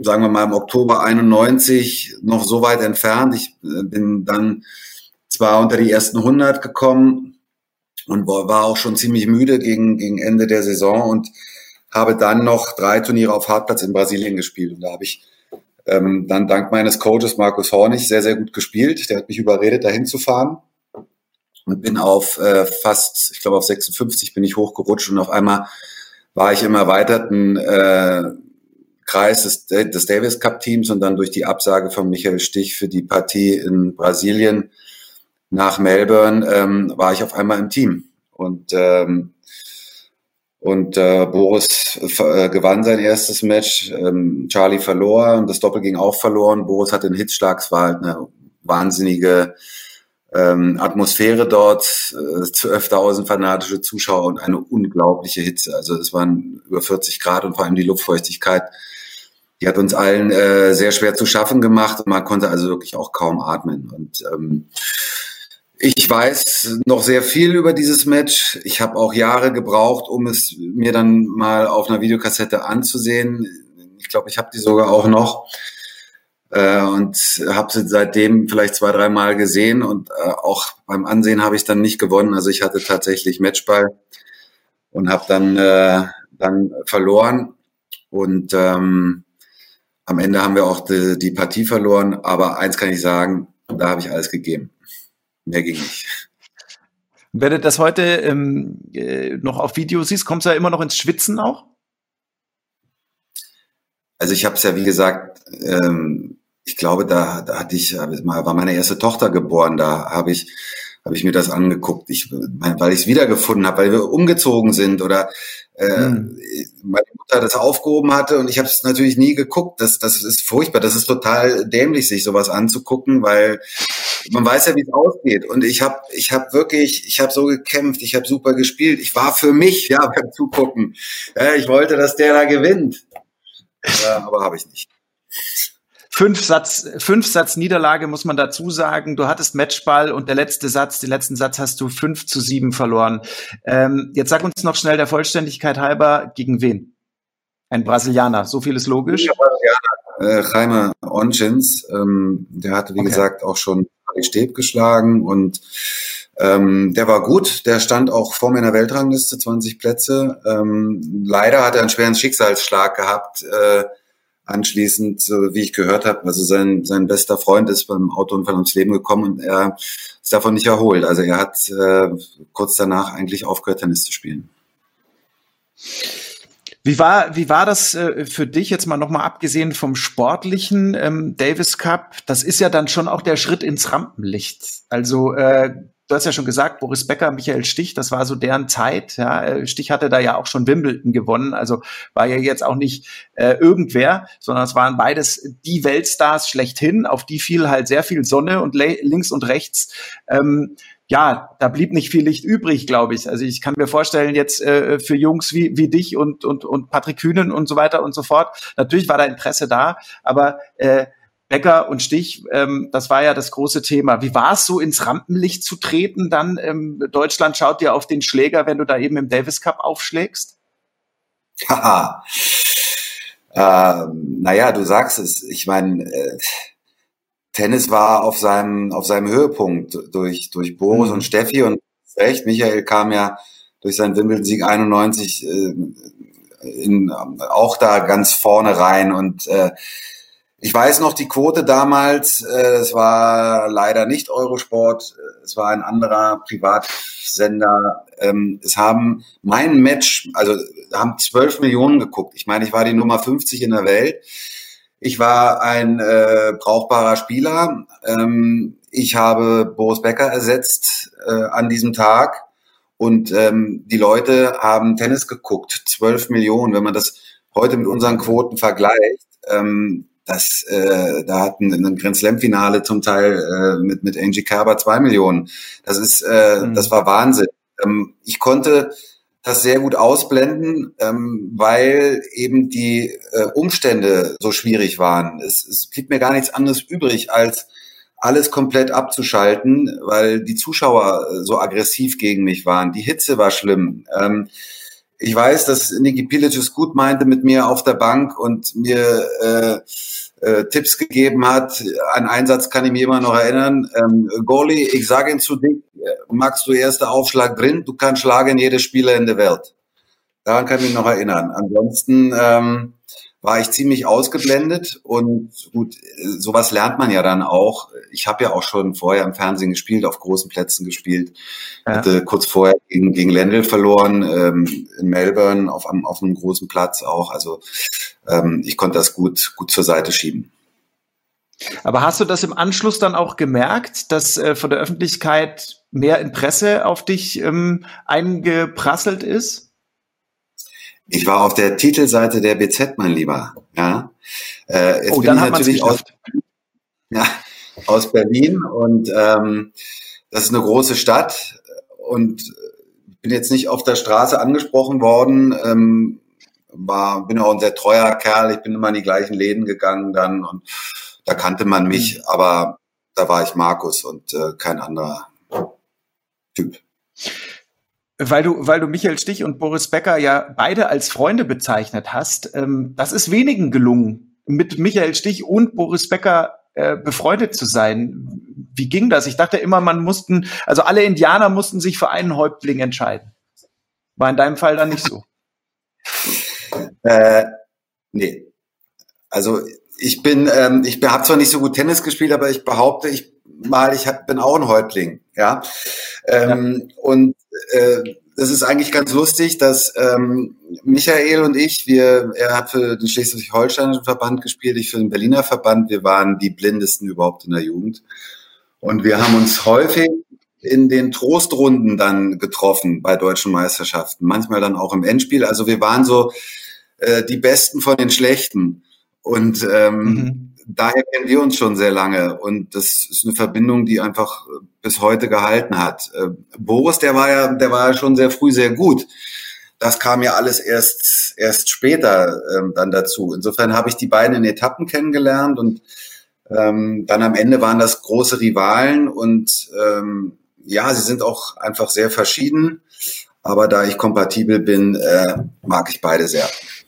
sagen wir mal im Oktober einundneunzig noch so weit entfernt. Ich bin dann zwar unter die ersten hundert gekommen und war auch schon ziemlich müde gegen, gegen Ende der Saison und habe dann noch drei Turniere auf Hartplatz in Brasilien gespielt. Und da habe ich ähm, dann dank meines Coaches Markus Hornig sehr, sehr gut gespielt. Der hat mich überredet, dahin zu fahren. Und bin auf äh, fast, ich glaube auf sechsundfünfzig bin ich hochgerutscht und auf einmal war ich im erweiterten äh, Kreis des, des Davis Cup Teams und dann durch die Absage von Michael Stich für die Partie in Brasilien nach Melbourne ähm, war ich auf einmal im Team. Und ähm, Und äh, Boris äh, gewann sein erstes Match, ähm, Charlie verlor und das Doppel ging auch verloren. Boris hatte einen Hitzschlag, es war halt eine wahnsinnige ähm, Atmosphäre dort, äh, zwölftausend fanatische Zuschauer und eine unglaubliche Hitze. Also es waren über vierzig Grad und vor allem die Luftfeuchtigkeit, die hat uns allen äh, sehr schwer zu schaffen gemacht und man konnte also wirklich auch kaum atmen. Und ähm, ich weiß noch sehr viel über dieses Match. Ich habe auch Jahre gebraucht, um es mir dann mal auf einer Videokassette anzusehen. Ich glaube, ich habe die sogar auch noch äh, und habe sie seitdem vielleicht zwei, drei Mal gesehen. Und äh, auch beim Ansehen habe ich dann nicht gewonnen. Also ich hatte tatsächlich Matchball und habe dann äh, dann verloren. Und ähm, am Ende haben wir auch die, die Partie verloren. Aber eins kann ich sagen, da habe ich alles gegeben. Mehr ging nicht. Wenn du das heute ähm, äh, noch auf Video siehst, kommst du ja immer noch ins Schwitzen auch? Also ich habe es ja, wie gesagt, ähm, ich glaube, da, da hatte ich, war meine erste Tochter geboren, da habe ich habe ich mir das angeguckt, ich, weil ich es wiedergefunden habe, weil wir umgezogen sind oder äh, hm. meine Mutter das aufgehoben hatte und ich habe es natürlich nie geguckt. Das, das ist furchtbar, das ist total dämlich, sich sowas anzugucken, weil man weiß ja, wie es ausgeht. Und ich habe ich hab wirklich, ich habe so gekämpft, ich habe super gespielt. Ich war für mich, ja, beim Zugucken. Ja, ich wollte, dass der da gewinnt. Ja, aber habe ich nicht. Fünf Satz, fünf Satz Niederlage muss man dazu sagen. Du hattest Matchball und der letzte Satz, den letzten Satz hast du fünf zu sieben verloren. Ähm, jetzt sag uns noch schnell der Vollständigkeit halber, gegen wen? Ein Brasilianer, so viel ist logisch. Ja, Brasilianer, äh, Jaime Onchins, ähm, der hatte, wie okay. gesagt, auch schon die Stäb geschlagen und ähm, der war gut, der stand auch vor mir in der Weltrangliste, zwanzig Plätze. Ähm, leider hat er einen schweren Schicksalsschlag gehabt, äh, anschließend, so wie ich gehört habe, also sein sein bester Freund ist beim Autounfall ums Leben gekommen und er ist davon nicht erholt. Also er hat äh, kurz danach eigentlich aufgehört, Tennis zu spielen. Wie war, wie war das äh, für dich jetzt mal nochmal abgesehen vom sportlichen ähm, Davis Cup? Das ist ja dann schon auch der Schritt ins Rampenlicht. Also äh, du hast ja schon gesagt, Boris Becker, Michael Stich, das war so deren Zeit. Ja, Stich hatte da ja auch schon Wimbledon gewonnen, also war ja jetzt auch nicht äh, irgendwer, sondern es waren beides die Weltstars schlechthin. Auf die fiel halt sehr viel Sonne und le- links und rechts. Ähm, Ja, da blieb nicht viel Licht übrig, glaube ich. Also ich kann mir vorstellen, jetzt äh, für Jungs wie wie dich und und und Patrick Kühnen und so weiter und so fort, natürlich war da Interesse da, aber äh, Becker und Stich, ähm, das war ja das große Thema. Wie war es so, ins Rampenlicht zu treten dann? Ähm, Deutschland schaut dir auf den Schläger, wenn du da eben im Davis Cup aufschlägst? Haha. ähm, naja, du sagst es. Ich meine, äh, Tennis war auf seinem auf seinem Höhepunkt durch durch Boris mhm. und Steffi und recht. Michael kam ja durch seinen Wimbledon-Sieg einundneunzig äh, in, auch da ganz vorne rein und äh, ich weiß noch die Quote damals. Äh, es war leider nicht Eurosport, es war ein anderer Privatsender. Ähm, es haben mein Match, also haben zwölf Millionen geguckt. Ich meine, ich war die Nummer fünfzig in der Welt. Ich war ein äh, brauchbarer Spieler. Ähm, ich habe Boris Becker ersetzt äh, an diesem Tag und ähm, die Leute haben Tennis geguckt. Zwölf Millionen, wenn man das heute mit unseren Quoten vergleicht. Ähm, das, äh, da hatten in einem Grand Slam Finale zum Teil äh, mit mit Angie Kerber zwei Millionen. Das ist, äh, mhm. das war Wahnsinn. Ähm, ich konnte das sehr gut ausblenden, ähm, weil eben die äh, Umstände so schwierig waren. Es, es blieb mir gar nichts anderes übrig, als alles komplett abzuschalten, weil die Zuschauer so aggressiv gegen mich waren. Die Hitze war schlimm. Ähm, ich weiß, dass Niki Pilic es gut meinte mit mir auf der Bank und mir äh, äh, Tipps gegeben hat. An einen Satz kann ich mich immer noch erinnern. Ähm, Goalie, ich sage ihn zu dick, magst du erster Aufschlag drin, du kannst schlagen jede Spieler in der Welt. Daran kann ich mich noch erinnern. Ansonsten ähm, war ich ziemlich ausgeblendet und gut, sowas lernt man ja dann auch. Ich habe ja auch schon vorher im Fernsehen gespielt, auf großen Plätzen gespielt. Ja. Hatte kurz vorher gegen, gegen Lendl verloren, ähm, in Melbourne auf einem, auf einem großen Platz auch. Also ähm, ich konnte das gut, gut zur Seite schieben. Aber hast du das im Anschluss dann auch gemerkt, dass äh, von der Öffentlichkeit mehr Interesse auf dich ähm, eingeprasselt ist? Ich war auf der Titelseite der B Z, mein Lieber. Ja. Äh, jetzt oh, bin dann ich hat natürlich aus, ja, aus Berlin und ähm, das ist eine große Stadt und bin jetzt nicht auf der Straße angesprochen worden. Ähm, war, bin auch ein sehr treuer Kerl. Ich bin immer in die gleichen Läden gegangen dann und da kannte man mich, mhm. aber da war ich Markus und äh, kein anderer Typ. Weil du, weil du Michael Stich und Boris Becker ja beide als Freunde bezeichnet hast, ähm, das ist wenigen gelungen, mit Michael Stich und Boris Becker äh, befreundet zu sein. Wie ging das? Ich dachte immer, man mussten, also alle Indianer mussten sich für einen Häuptling entscheiden. War in deinem Fall dann nicht so? äh, nee. Also ich bin, ähm, ich habe zwar nicht so gut Tennis gespielt, aber ich behaupte, ich mal, ich hab, bin auch ein Häuptling, ja. Ähm, ja. Und äh, das ist eigentlich ganz lustig, dass ähm, Michael und ich, wir, er hat für den Schleswig-Holsteinischen Verband gespielt, ich für den Berliner Verband, wir waren die blindesten überhaupt in der Jugend. Und wir haben uns häufig in den Trostrunden dann getroffen bei deutschen Meisterschaften, manchmal dann auch im Endspiel. Also wir waren so äh, die Besten von den Schlechten. Und ähm, mhm. daher kennen wir uns schon sehr lange und das ist eine Verbindung, die einfach bis heute gehalten hat. Äh, Boris, der war ja, der war ja schon sehr früh sehr gut. Das kam ja alles erst erst später ähm, dann dazu. Insofern habe ich die beiden in Etappen kennengelernt und ähm, dann am Ende waren das große Rivalen und ähm, ja, sie sind auch einfach sehr verschieden. Aber da ich kompatibel bin, äh, mag ich beide sehr.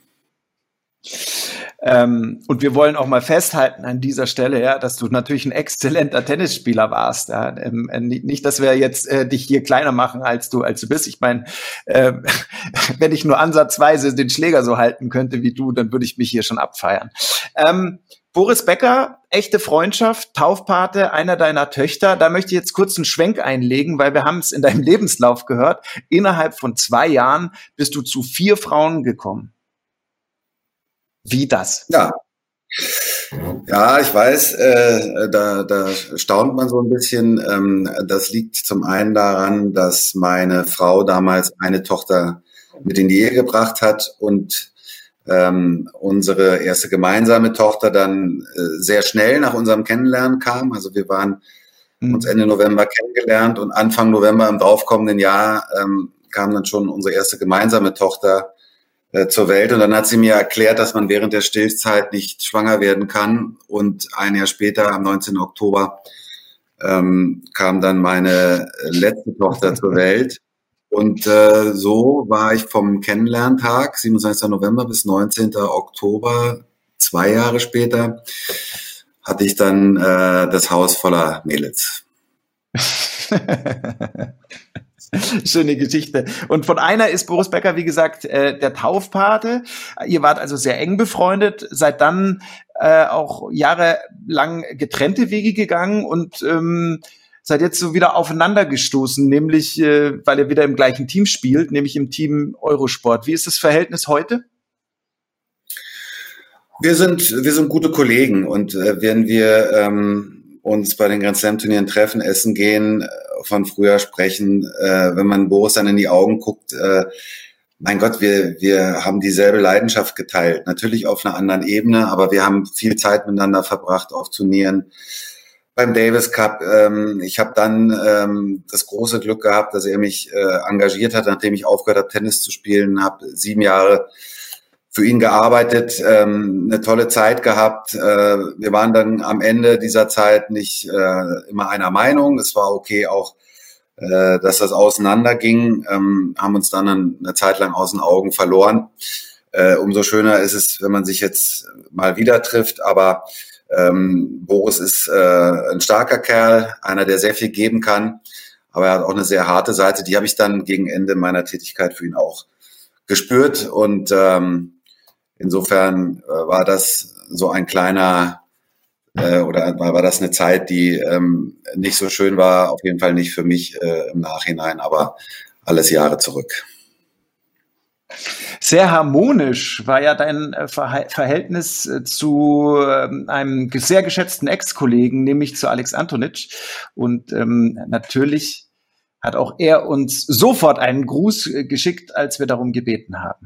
Ähm, und wir wollen auch mal festhalten an dieser Stelle, ja, dass du natürlich ein exzellenter Tennisspieler warst. Ja. Ähm, nicht, dass wir jetzt äh, dich hier kleiner machen, als du als du bist. Ich meine, äh, wenn ich nur ansatzweise den Schläger so halten könnte wie du, dann würde ich mich hier schon abfeiern. Ähm, Boris Becker, echte Freundschaft, Taufpate einer deiner Töchter. Da möchte ich jetzt kurz einen Schwenk einlegen, weil wir haben es in deinem Lebenslauf gehört. Innerhalb von zwei Jahren bist du zu vier Frauen gekommen. Wie das? Ja, ja, ich weiß, äh, da, da staunt man so ein bisschen. Ähm, das liegt zum einen daran, dass meine Frau damals eine Tochter mit in die Ehe gebracht hat und ähm, unsere erste gemeinsame Tochter dann äh, sehr schnell nach unserem Kennenlernen kam. Also wir waren mhm. uns Ende November kennengelernt und Anfang November im daraufkommenden Jahr ähm, kam dann schon unsere erste gemeinsame Tochter zur Welt. Und dann hat sie mir erklärt, dass man während der Stillzeit nicht schwanger werden kann. Und ein Jahr später, am neunzehnten Oktober, ähm, kam dann meine letzte Tochter zur Welt. Und äh, so war ich vom Kennenlerntag, siebenundzwanzigsten November bis neunzehnten Oktober, zwei Jahre später, hatte ich dann äh, das Haus voller Mädels. Schöne Geschichte. Und von einer ist Boris Becker, wie gesagt, äh, der Taufpate. Ihr wart also sehr eng befreundet, seid dann äh, auch jahrelang getrennte Wege gegangen und ähm, seid jetzt so wieder aufeinander gestoßen, nämlich, äh, weil ihr wieder im gleichen Team spielt, nämlich im Team Eurosport. Wie ist das Verhältnis heute? Wir sind, wir sind gute Kollegen und äh, wenn wir ähm, uns bei den Grand Slam Turnieren treffen, essen gehen, von früher sprechen, äh, wenn man Boris dann in die Augen guckt, äh, mein Gott, wir wir haben dieselbe Leidenschaft geteilt. Natürlich auf einer anderen Ebene, aber wir haben viel Zeit miteinander verbracht auf Turnieren. Beim Davis Cup, ähm, ich habe dann ähm, das große Glück gehabt, dass er mich äh, engagiert hat, nachdem ich aufgehört habe, Tennis zu spielen, habe sieben Jahre für ihn gearbeitet, ähm, eine tolle Zeit gehabt. Äh, wir waren dann am Ende dieser Zeit nicht äh, immer einer Meinung. Es war okay, auch äh, dass das auseinanderging, ähm, haben uns dann eine Zeit lang aus den Augen verloren. Äh, umso schöner ist es, wenn man sich jetzt mal wieder trifft, aber ähm, Boris ist äh, ein starker Kerl, einer, der sehr viel geben kann, aber er hat auch eine sehr harte Seite, die habe ich dann gegen Ende meiner Tätigkeit für ihn auch gespürt und ähm, insofern äh, war das so ein kleiner äh, oder war, war das eine Zeit, die ähm, nicht so schön war, auf jeden Fall nicht für mich äh, im Nachhinein, aber alles Jahre zurück. Sehr harmonisch war ja dein Verhältnis zu einem sehr geschätzten Ex-Kollegen, nämlich zu Alex Antonic. Und ähm, natürlich hat auch er uns sofort einen Gruß geschickt, als wir darum gebeten haben.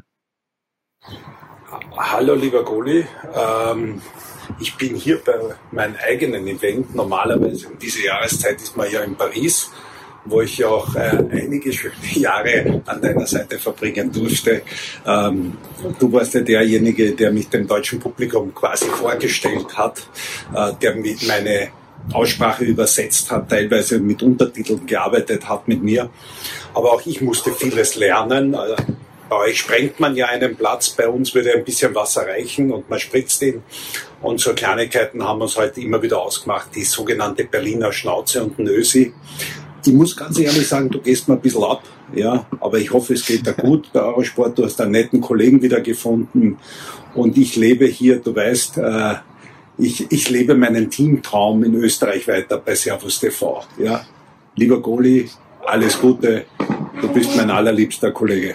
Hallo lieber Goli, ähm, ich bin hier bei meinem eigenen Event. Normalerweise um diese Jahreszeit ist man ja in Paris, wo ich ja auch äh, einige schöne Jahre an deiner Seite verbringen durfte. Ähm, du warst ja derjenige, der mich dem deutschen Publikum quasi vorgestellt hat, äh, der mit meine Aussprache übersetzt hat, teilweise mit Untertiteln gearbeitet hat mit mir. Aber auch ich musste vieles lernen. Äh, bei euch sprengt man ja einen Platz, bei uns würde ein bisschen Wasser reichen und man spritzt ihn. Und so Kleinigkeiten haben wir uns heute immer wieder ausgemacht, die sogenannte Berliner Schnauze und Nösi. Ich muss ganz ehrlich sagen, du gehst mir ein bisschen ab, ja, aber ich hoffe, es geht dir gut bei Eurosport. Du hast einen netten Kollegen wieder gefunden und ich lebe hier, du weißt, äh, ich, ich lebe meinen Teamtraum in Österreich weiter bei Servus T V, ja. Lieber Goli, alles Gute, du bist mein allerliebster Kollege.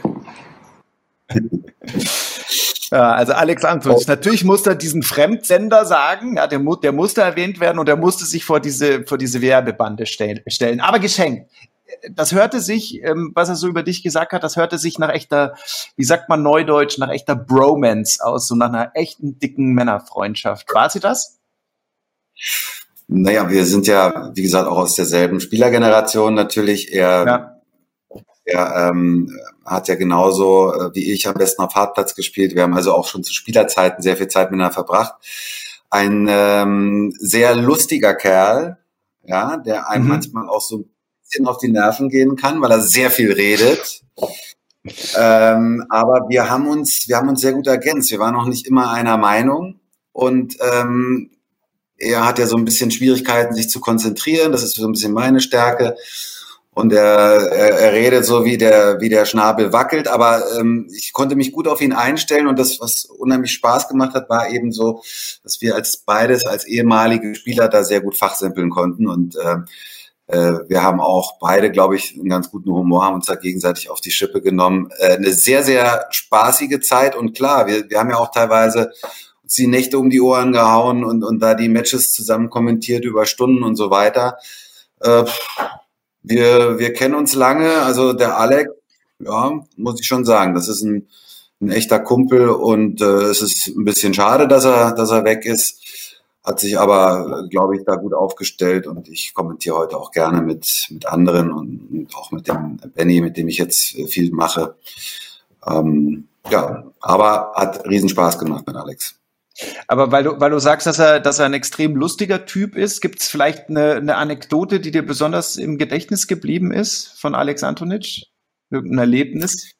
Ja, also Alex Antonic, natürlich musste er diesen Fremdsender sagen, ja, der, mu- der musste erwähnt werden und er musste sich vor diese, vor diese Werbebande stell- stellen. Aber geschenkt. Das hörte sich, ähm, was er so über dich gesagt hat, das hörte sich nach echter, wie sagt man neudeutsch, nach echter Bromance aus, so nach einer echten, dicken Männerfreundschaft. War sie das? Naja, wir sind ja, wie gesagt, auch aus derselben Spielergeneration natürlich. Er, ja. er ähm, hat ja genauso äh, wie ich am besten auf Hartplatz gespielt. Wir haben also auch schon zu Spielerzeiten sehr viel Zeit miteinander verbracht. Ein ähm, sehr lustiger Kerl, ja, der einem mhm. manchmal auch so ein bisschen auf die Nerven gehen kann, weil er sehr viel redet. ähm, aber wir haben uns, wir haben uns sehr gut ergänzt. Wir waren auch nicht immer einer Meinung und ähm, er hat ja so ein bisschen Schwierigkeiten, sich zu konzentrieren. Das ist so ein bisschen meine Stärke. Und er, er, er redet so, wie der, wie der Schnabel wackelt. Aber ähm, ich konnte mich gut auf ihn einstellen. Und das, was unheimlich Spaß gemacht hat, war eben so, dass wir als beides, als ehemalige Spieler da sehr gut fachsimpeln konnten. Und äh, äh, wir haben auch beide, glaube ich, einen ganz guten Humor, haben uns da gegenseitig auf die Schippe genommen. Äh, eine sehr, sehr spaßige Zeit. Und klar, wir, wir haben ja auch teilweise die Nächte um die Ohren gehauen und, und da die Matches zusammen kommentiert über Stunden und so weiter. Äh, wir, wir kennen uns lange, also der Alex, ja, muss ich schon sagen, das ist ein, ein echter Kumpel und äh, es ist ein bisschen schade, dass er, dass er weg ist, hat sich aber, glaube ich, da gut aufgestellt und ich kommentiere heute auch gerne mit, mit anderen und, und auch mit dem Benny, mit dem ich jetzt viel mache. Ähm, ja, aber hat riesen Spaß gemacht mit Alex. Aber weil du, weil du sagst, dass er, dass er ein extrem lustiger Typ ist, gibt es vielleicht eine, eine Anekdote, die dir besonders im Gedächtnis geblieben ist von Alex Antonic? Irgendein Erlebnis?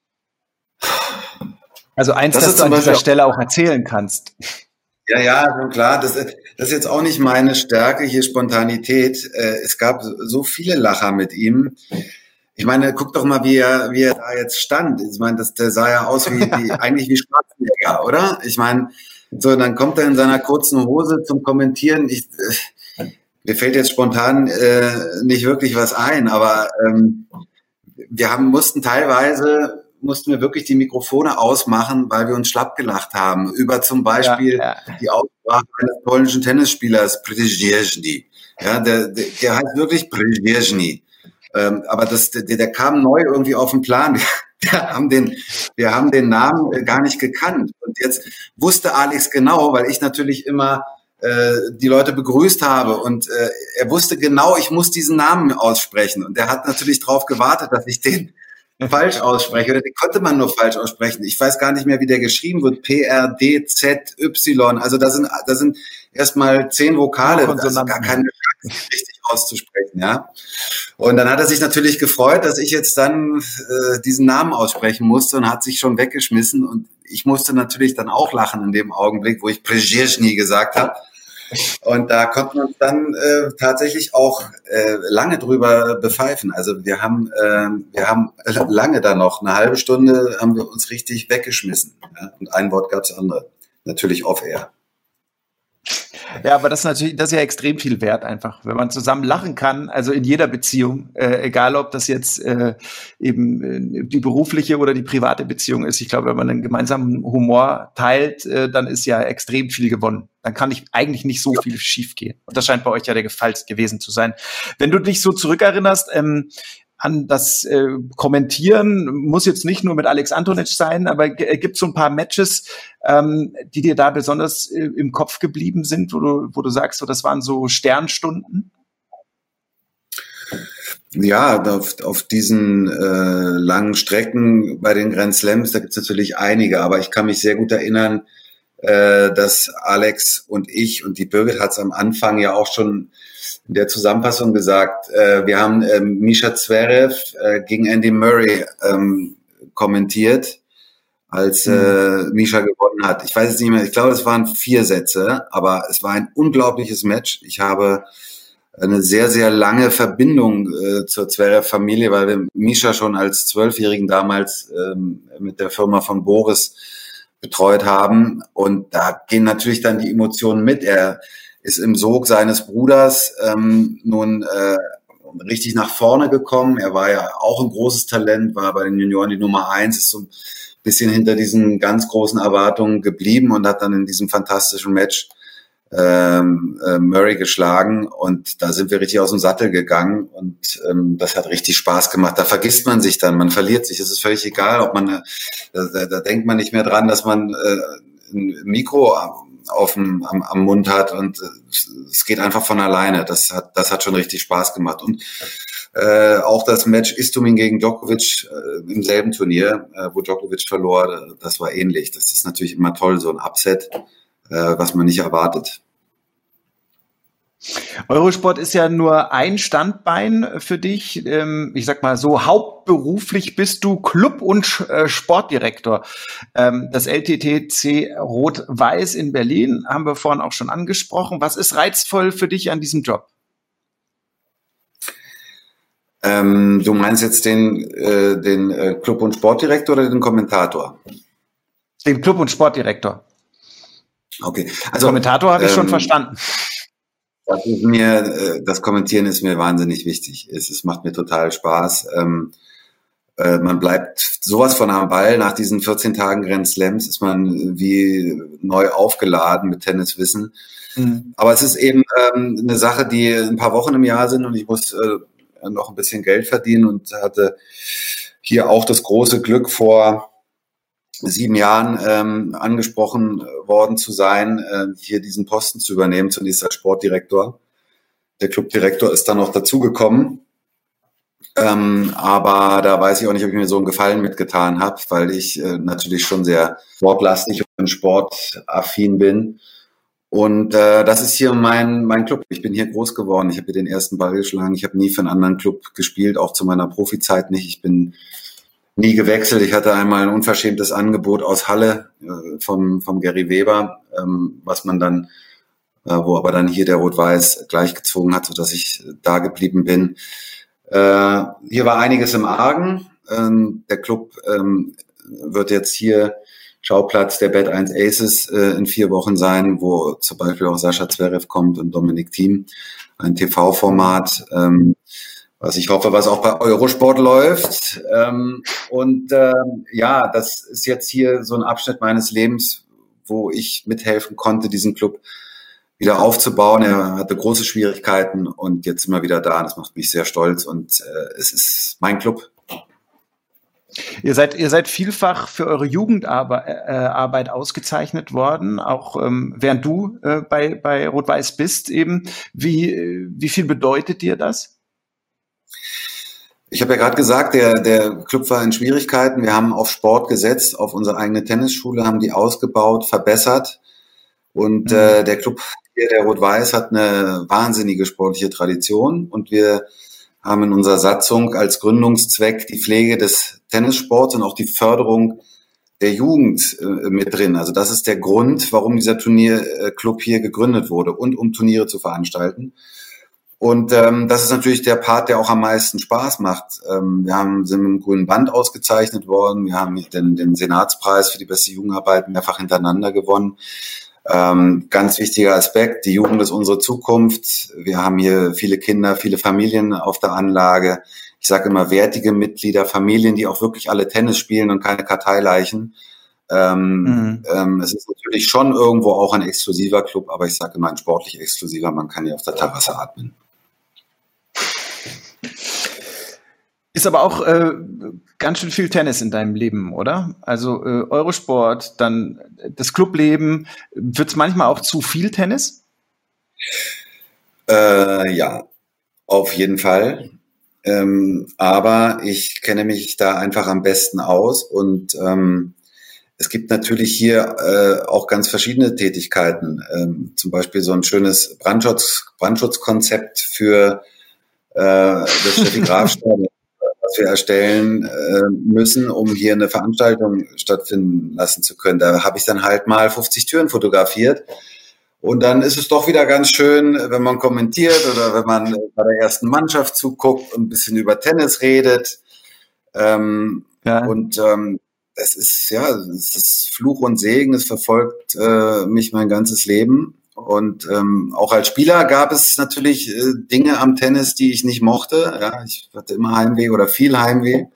Also eins, das, das du an dieser Stelle auch erzählen kannst. Ja, ja, klar. Das, das ist jetzt auch nicht meine Stärke, hier Spontanität. Es gab so viele Lacher mit ihm. Ich meine, guck doch mal, wie er, wie er da jetzt stand. Ich meine, das, der sah ja aus wie, wie eigentlich wie Schwarzenegger, oder? Ich meine, so, dann kommt er in seiner kurzen Hose zum Kommentieren. Ich, äh, mir fällt jetzt spontan äh, nicht wirklich was ein, aber ähm, wir haben mussten teilweise mussten wir wirklich die Mikrofone ausmachen, weil wir uns schlapp gelacht haben über zum Beispiel ja, ja. die Aussprache eines polnischen Tennisspielers Przyjeżdżny. Ja, der, der, der heißt wirklich Przyjeżdżny. Ähm, aber das, der, der kam neu irgendwie auf den Plan. Wir haben den, wir haben den Namen gar nicht gekannt. Und jetzt wusste Alex genau, weil ich natürlich immer äh, die Leute begrüßt habe. Und äh, er wusste genau, ich muss diesen Namen aussprechen. Und er hat natürlich darauf gewartet, dass ich den, falsch ausspreche, oder den konnte man nur falsch aussprechen. Ich weiß gar nicht mehr, wie der geschrieben wird. P R D Z Y. Also da sind, da sind erstmal zehn Vokale. Das ist gar keine Chance, richtig auszusprechen, ja. Und dann hat er sich natürlich gefreut, dass ich jetzt dann äh, diesen Namen aussprechen musste und hat sich schon weggeschmissen. Und ich musste natürlich dann auch lachen in dem Augenblick, wo ich Przezdzierny gesagt habe. Und da konnten wir uns dann äh, tatsächlich auch äh, lange drüber bepfeifen. Also wir haben äh, wir haben lange da noch, eine halbe Stunde haben wir uns richtig weggeschmissen. Ja? Und ein Wort gab es andere. Natürlich off-air. Ja, aber das ist natürlich, das ist ja extrem viel wert einfach, wenn man zusammen lachen kann, also in jeder Beziehung, äh, egal ob das jetzt äh, eben äh, die berufliche oder die private Beziehung ist. Ich glaube, wenn man einen gemeinsamen Humor teilt, äh, dann ist ja extrem viel gewonnen. Dann kann ich eigentlich nicht so viel schief gehen. Und das scheint bei euch ja der Fall gewesen zu sein. Wenn du dich so zurückerinnerst, ähm, an das äh, Kommentieren, muss jetzt nicht nur mit Alex Antonic sein, aber g- gibt so ein paar Matches, ähm, die dir da besonders äh, im Kopf geblieben sind, wo du, wo du sagst, so, das waren so Sternstunden? Ja, auf, auf diesen äh, langen Strecken bei den Grand Slams, da gibt es natürlich einige, aber ich kann mich sehr gut erinnern, äh, dass Alex und ich, und die Birgit hat es am Anfang ja auch schon in der Zusammenfassung gesagt, äh, wir haben äh, Mischa Zverev äh, gegen Andy Murray ähm, kommentiert, als äh, Mischa gewonnen hat. Ich weiß es nicht mehr, ich glaube, es waren vier Sätze, aber es war ein unglaubliches Match. Ich habe eine sehr, sehr lange Verbindung äh, zur Zverev-Familie, weil wir Mischa schon als Zwölfjährigen damals ähm, mit der Firma von Boris betreut haben. Und da gehen natürlich dann die Emotionen mit. Er ist im Sog seines Bruders ähm, nun äh, richtig nach vorne gekommen. Er war ja auch ein großes Talent, war bei den Junioren die Nummer eins, ist so ein bisschen hinter diesen ganz großen Erwartungen geblieben und hat dann in diesem fantastischen Match ähm, äh, Murray geschlagen. Und da sind wir richtig aus dem Sattel gegangen und ähm, das hat richtig Spaß gemacht. Da vergisst man sich dann, man verliert sich. Es ist völlig egal, ob man, da, da, da denkt man nicht mehr dran, dass man äh, ein Mikro auf dem, am, am Mund hat und es geht einfach von alleine. Das hat, das hat schon richtig Spaß gemacht. Und äh, auch das Match Istomin gegen Djokovic äh, im selben Turnier, äh, wo Djokovic verlor, das war ähnlich. Das ist natürlich immer toll, so ein Upset, äh, was man nicht erwartet. Eurosport ist ja nur ein Standbein für dich. Ich sag mal so, hauptberuflich bist du Club- und Sportdirektor. Das L T T C Rot-Weiß in Berlin haben wir vorhin auch schon angesprochen. Was ist reizvoll für dich an diesem Job? Ähm, du meinst jetzt den, äh, den Club- und Sportdirektor oder den Kommentator? Den Club- und Sportdirektor. Okay. Also, Kommentator habe ich ähm, schon verstanden. Das ist mir, das Kommentieren ist mir wahnsinnig wichtig. Es, es macht mir total Spaß. Ähm, äh, man bleibt sowas von am Ball. Nach diesen vierzehn Tagen Grand Slams ist man wie neu aufgeladen mit Tenniswissen. Mhm. Aber es ist eben ähm, eine Sache, die ein paar Wochen im Jahr sind und ich muss äh, noch ein bisschen Geld verdienen und hatte hier auch das große Glück, vor sieben Jahren ähm, angesprochen worden zu sein, äh, hier diesen Posten zu übernehmen, zunächst als Sportdirektor. Der Clubdirektor ist dann noch dazugekommen, ähm, aber da weiß ich auch nicht, ob ich mir so einen Gefallen mitgetan habe, weil ich äh, natürlich schon sehr sportlastig und sportaffin bin. Und äh, das ist hier mein mein Club. Ich bin hier groß geworden. Ich habe hier den ersten Ball geschlagen. Ich habe nie für einen anderen Club gespielt, auch zu meiner Profizeit nicht. Ich bin nie gewechselt. Ich hatte einmal ein unverschämtes Angebot aus Halle äh, vom vom Gary Weber, ähm, was man dann, äh, wo aber dann hier der Rot-Weiß gleichgezogen hat, sodass ich da geblieben bin. Äh, hier war einiges im Argen. Ähm, der Club ähm, wird jetzt hier Schauplatz der Bet eins Aces äh, in vier Wochen sein, wo zum Beispiel auch Sascha Zverev kommt und Dominik Thiem, ein T V-Format, ähm, was ich hoffe, was auch bei Eurosport läuft. Ähm, und ähm, ja, das ist jetzt hier so ein Abschnitt meines Lebens, wo ich mithelfen konnte, diesen Club wieder aufzubauen. Er hatte große Schwierigkeiten und jetzt sind wir wieder da. Das macht mich sehr stolz und äh, es ist mein Club. Ihr seid, ihr seid vielfach für eure Jugendarbeit äh, Arbeit ausgezeichnet worden, auch ähm, während du äh, bei, bei Rot-Weiß bist eben. Wie, wie viel bedeutet dir das? Ich habe ja gerade gesagt, der, der Club war in Schwierigkeiten. Wir haben auf Sport gesetzt, auf unsere eigene Tennisschule, haben die ausgebaut, verbessert. Und mhm. äh, der Club hier, der Rot-Weiß, hat eine wahnsinnige sportliche Tradition. Und wir haben in unserer Satzung als Gründungszweck die Pflege des Tennissports und auch die Förderung der Jugend äh, mit drin. Also das ist der Grund, warum dieser Turnierclub hier gegründet wurde und um Turniere zu veranstalten. Und ähm, das ist natürlich der Part, der auch am meisten Spaß macht. Ähm, wir haben, sind mit dem Grünen Band ausgezeichnet worden. Wir haben den, den Senatspreis für die beste Jugendarbeit mehrfach hintereinander gewonnen. Ähm, ganz wichtiger Aspekt, die Jugend ist unsere Zukunft. Wir haben hier viele Kinder, viele Familien auf der Anlage. Ich sage immer wertige Mitglieder, Familien, die auch wirklich alle Tennis spielen und keine Karteileichen. Ähm, mhm. ähm, es ist natürlich schon irgendwo auch ein exklusiver Club, aber ich sage immer ein sportlich exklusiver. Man kann hier auf der Terrasse atmen. Ist aber auch äh, ganz schön viel Tennis in deinem Leben, oder? Also äh, Eurosport, dann das Clubleben. Wird es manchmal auch zu viel Tennis? Äh, ja, auf jeden Fall. Ähm, aber ich kenne mich da einfach am besten aus und ähm, es gibt natürlich hier äh, auch ganz verschiedene Tätigkeiten. Ähm, zum Beispiel so ein schönes Brandschutz, Brandschutzkonzept für äh, das Steffi Graf Stadion, was wir erstellen äh, müssen, um hier eine Veranstaltung stattfinden lassen zu können. Da habe ich dann halt mal fünfzig Türen fotografiert. Und dann ist es doch wieder ganz schön, wenn man kommentiert oder wenn man bei der ersten Mannschaft zuguckt und ein bisschen über Tennis redet. Ähm, ja. Und ähm, es ist, ja, es ist Fluch und Segen, es verfolgt äh, mich mein ganzes Leben. Und ähm, auch als Spieler gab es natürlich äh, Dinge am Tennis, die ich nicht mochte. Ja, ich hatte immer Heimweh oder viel Heimweh.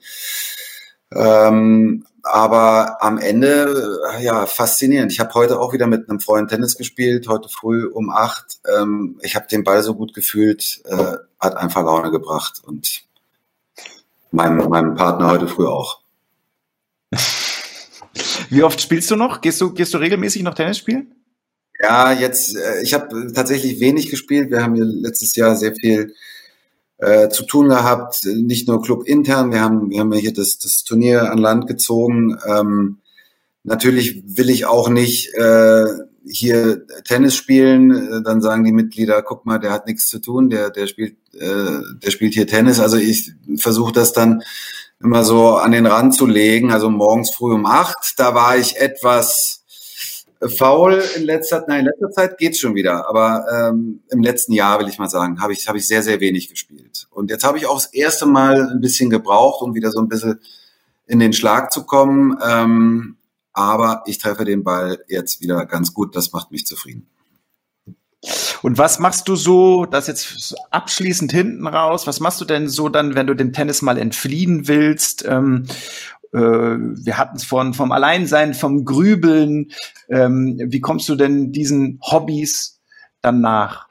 Ähm, aber am Ende, äh, ja, faszinierend. Ich habe heute auch wieder mit einem Freund Tennis gespielt, heute früh um acht. Ähm, ich habe den Ball so gut gefühlt, äh, hat einfach Laune gebracht. Und meinem, meinem Partner heute früh auch. Wie oft spielst du noch? Gehst du, gehst du regelmäßig noch Tennis spielen? Ja, jetzt, äh, ich habe tatsächlich wenig gespielt. Wir haben hier letztes Jahr sehr viel äh, zu tun gehabt, nicht nur clubintern. Wir haben, wir haben hier das, das Turnier an Land gezogen. Ähm, natürlich will ich auch nicht äh, hier Tennis spielen. Dann sagen die Mitglieder, guck mal, der hat nichts zu tun, der, der spielt, äh, der spielt hier Tennis. Also ich versuche das dann immer so an den Rand zu legen. Also morgens früh um acht, da war ich etwas faul in letzter, nein, in letzter Zeit geht's schon wieder, aber ähm, im letzten Jahr, will ich mal sagen, habe ich, habe ich sehr, sehr wenig gespielt. Und jetzt habe ich auch das erste Mal ein bisschen gebraucht, um wieder so ein bisschen in den Schlag zu kommen. Ähm, aber ich treffe den Ball jetzt wieder ganz gut, das macht mich zufrieden. Und was machst du so, das jetzt abschließend hinten raus, was machst du denn so dann, wenn du dem Tennis mal entfliehen willst? Ähm, äh, wir hatten es von vom Alleinsein, vom Grübeln. Ähm, wie kommst du denn diesen Hobbys dann nach?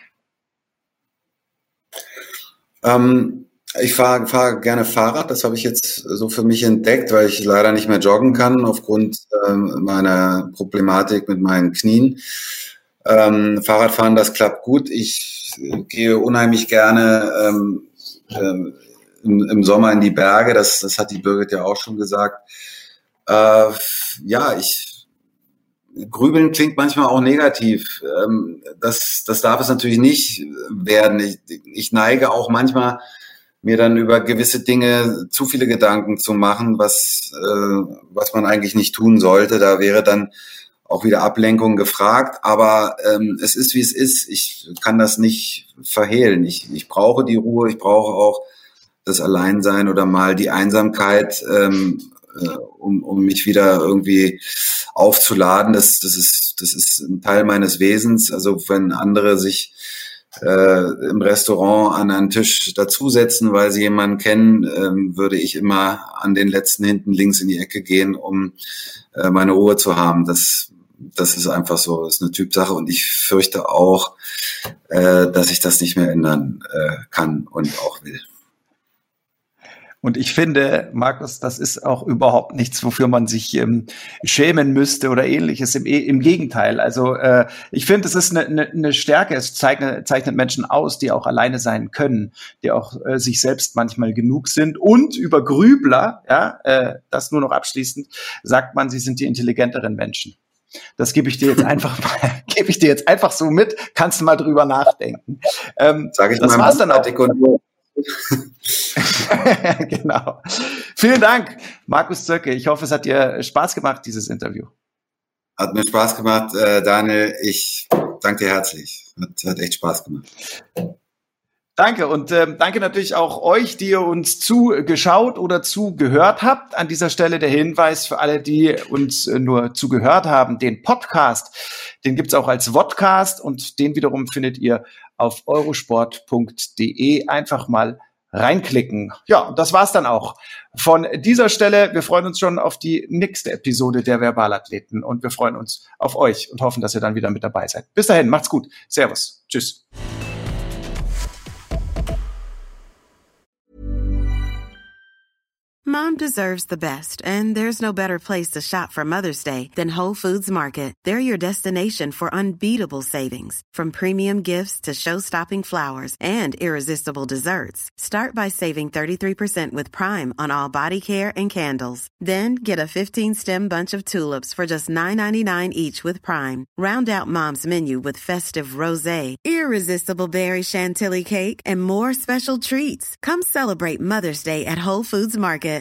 Ähm, ich fahre fahr gerne Fahrrad, das habe ich jetzt so für mich entdeckt, weil ich leider nicht mehr joggen kann aufgrund ähm, meiner Problematik mit meinen Knien. Ähm, Fahrradfahren, das klappt gut. Ich äh, gehe unheimlich gerne ähm, ähm, im, im Sommer in die Berge. Das, das hat die Birgit ja auch schon gesagt. Äh, ja, ich Grübeln klingt manchmal auch negativ. Ähm, das, das darf es natürlich nicht werden. Ich, ich neige auch manchmal, mir dann über gewisse Dinge zu viele Gedanken zu machen, was, äh, was man eigentlich nicht tun sollte. Da wäre dann auch wieder Ablenkung gefragt, aber ähm, es ist, wie es ist. Ich kann das nicht verhehlen. Ich, ich brauche die Ruhe, ich brauche auch das Alleinsein oder mal die Einsamkeit, ähm, äh, um, um mich wieder irgendwie aufzuladen. Das, das ist, das ist ein Teil meines Wesens. Also wenn andere sich äh, im Restaurant an einen Tisch dazusetzen, weil sie jemanden kennen, ähm, würde ich immer an den letzten hinten links in die Ecke gehen, um äh, meine Ruhe zu haben. Das Das ist einfach so, das ist eine Typsache und ich fürchte auch, äh, dass ich das nicht mehr ändern äh, kann und auch will. Und ich finde, Markus, das ist auch überhaupt nichts, wofür man sich ähm, schämen müsste oder ähnliches. Im, im Gegenteil. Also äh, ich finde, es ist eine, eine, eine Stärke. Es zeichnet, zeichnet Menschen aus, die auch alleine sein können, die auch äh, sich selbst manchmal genug sind. Und über Grübler, ja, äh, das nur noch abschließend, sagt man, sie sind die intelligenteren Menschen. Das gebe ich dir jetzt einfach mal, gebe ich dir jetzt einfach so mit. Kannst du mal drüber nachdenken. Ähm, Sag ich das mal war's dann auch. Genau. Vielen Dank, Markus Zöcke. Ich hoffe, es hat dir Spaß gemacht, dieses Interview. Hat mir Spaß gemacht, äh, Daniel. Ich danke dir herzlich. Hat, hat echt Spaß gemacht. Danke und ähm, danke natürlich auch euch, die ihr uns zugeschaut oder zugehört habt. An dieser Stelle der Hinweis für alle, die uns äh, nur zugehört haben, den Podcast, den gibt's auch als Vodcast und den wiederum findet ihr auf eurosport punkt de. Einfach mal reinklicken. Ja, das war's dann auch von dieser Stelle. Wir freuen uns schon auf die nächste Episode der Verbalathleten und wir freuen uns auf euch und hoffen, dass ihr dann wieder mit dabei seid. Bis dahin, macht's gut. Servus. Tschüss. Mom deserves the best, and there's no better place to shop for Mother's Day than Whole Foods Market. They're your destination for unbeatable savings, from premium gifts to show-stopping flowers and irresistible desserts. Start by saving thirty-three percent with Prime on all body care and candles. Then get a fifteen-stem bunch of tulips for just nine ninety-nine each with Prime. Round out Mom's menu with festive rosé, irresistible berry chantilly cake, and more special treats. Come celebrate Mother's Day at Whole Foods Market.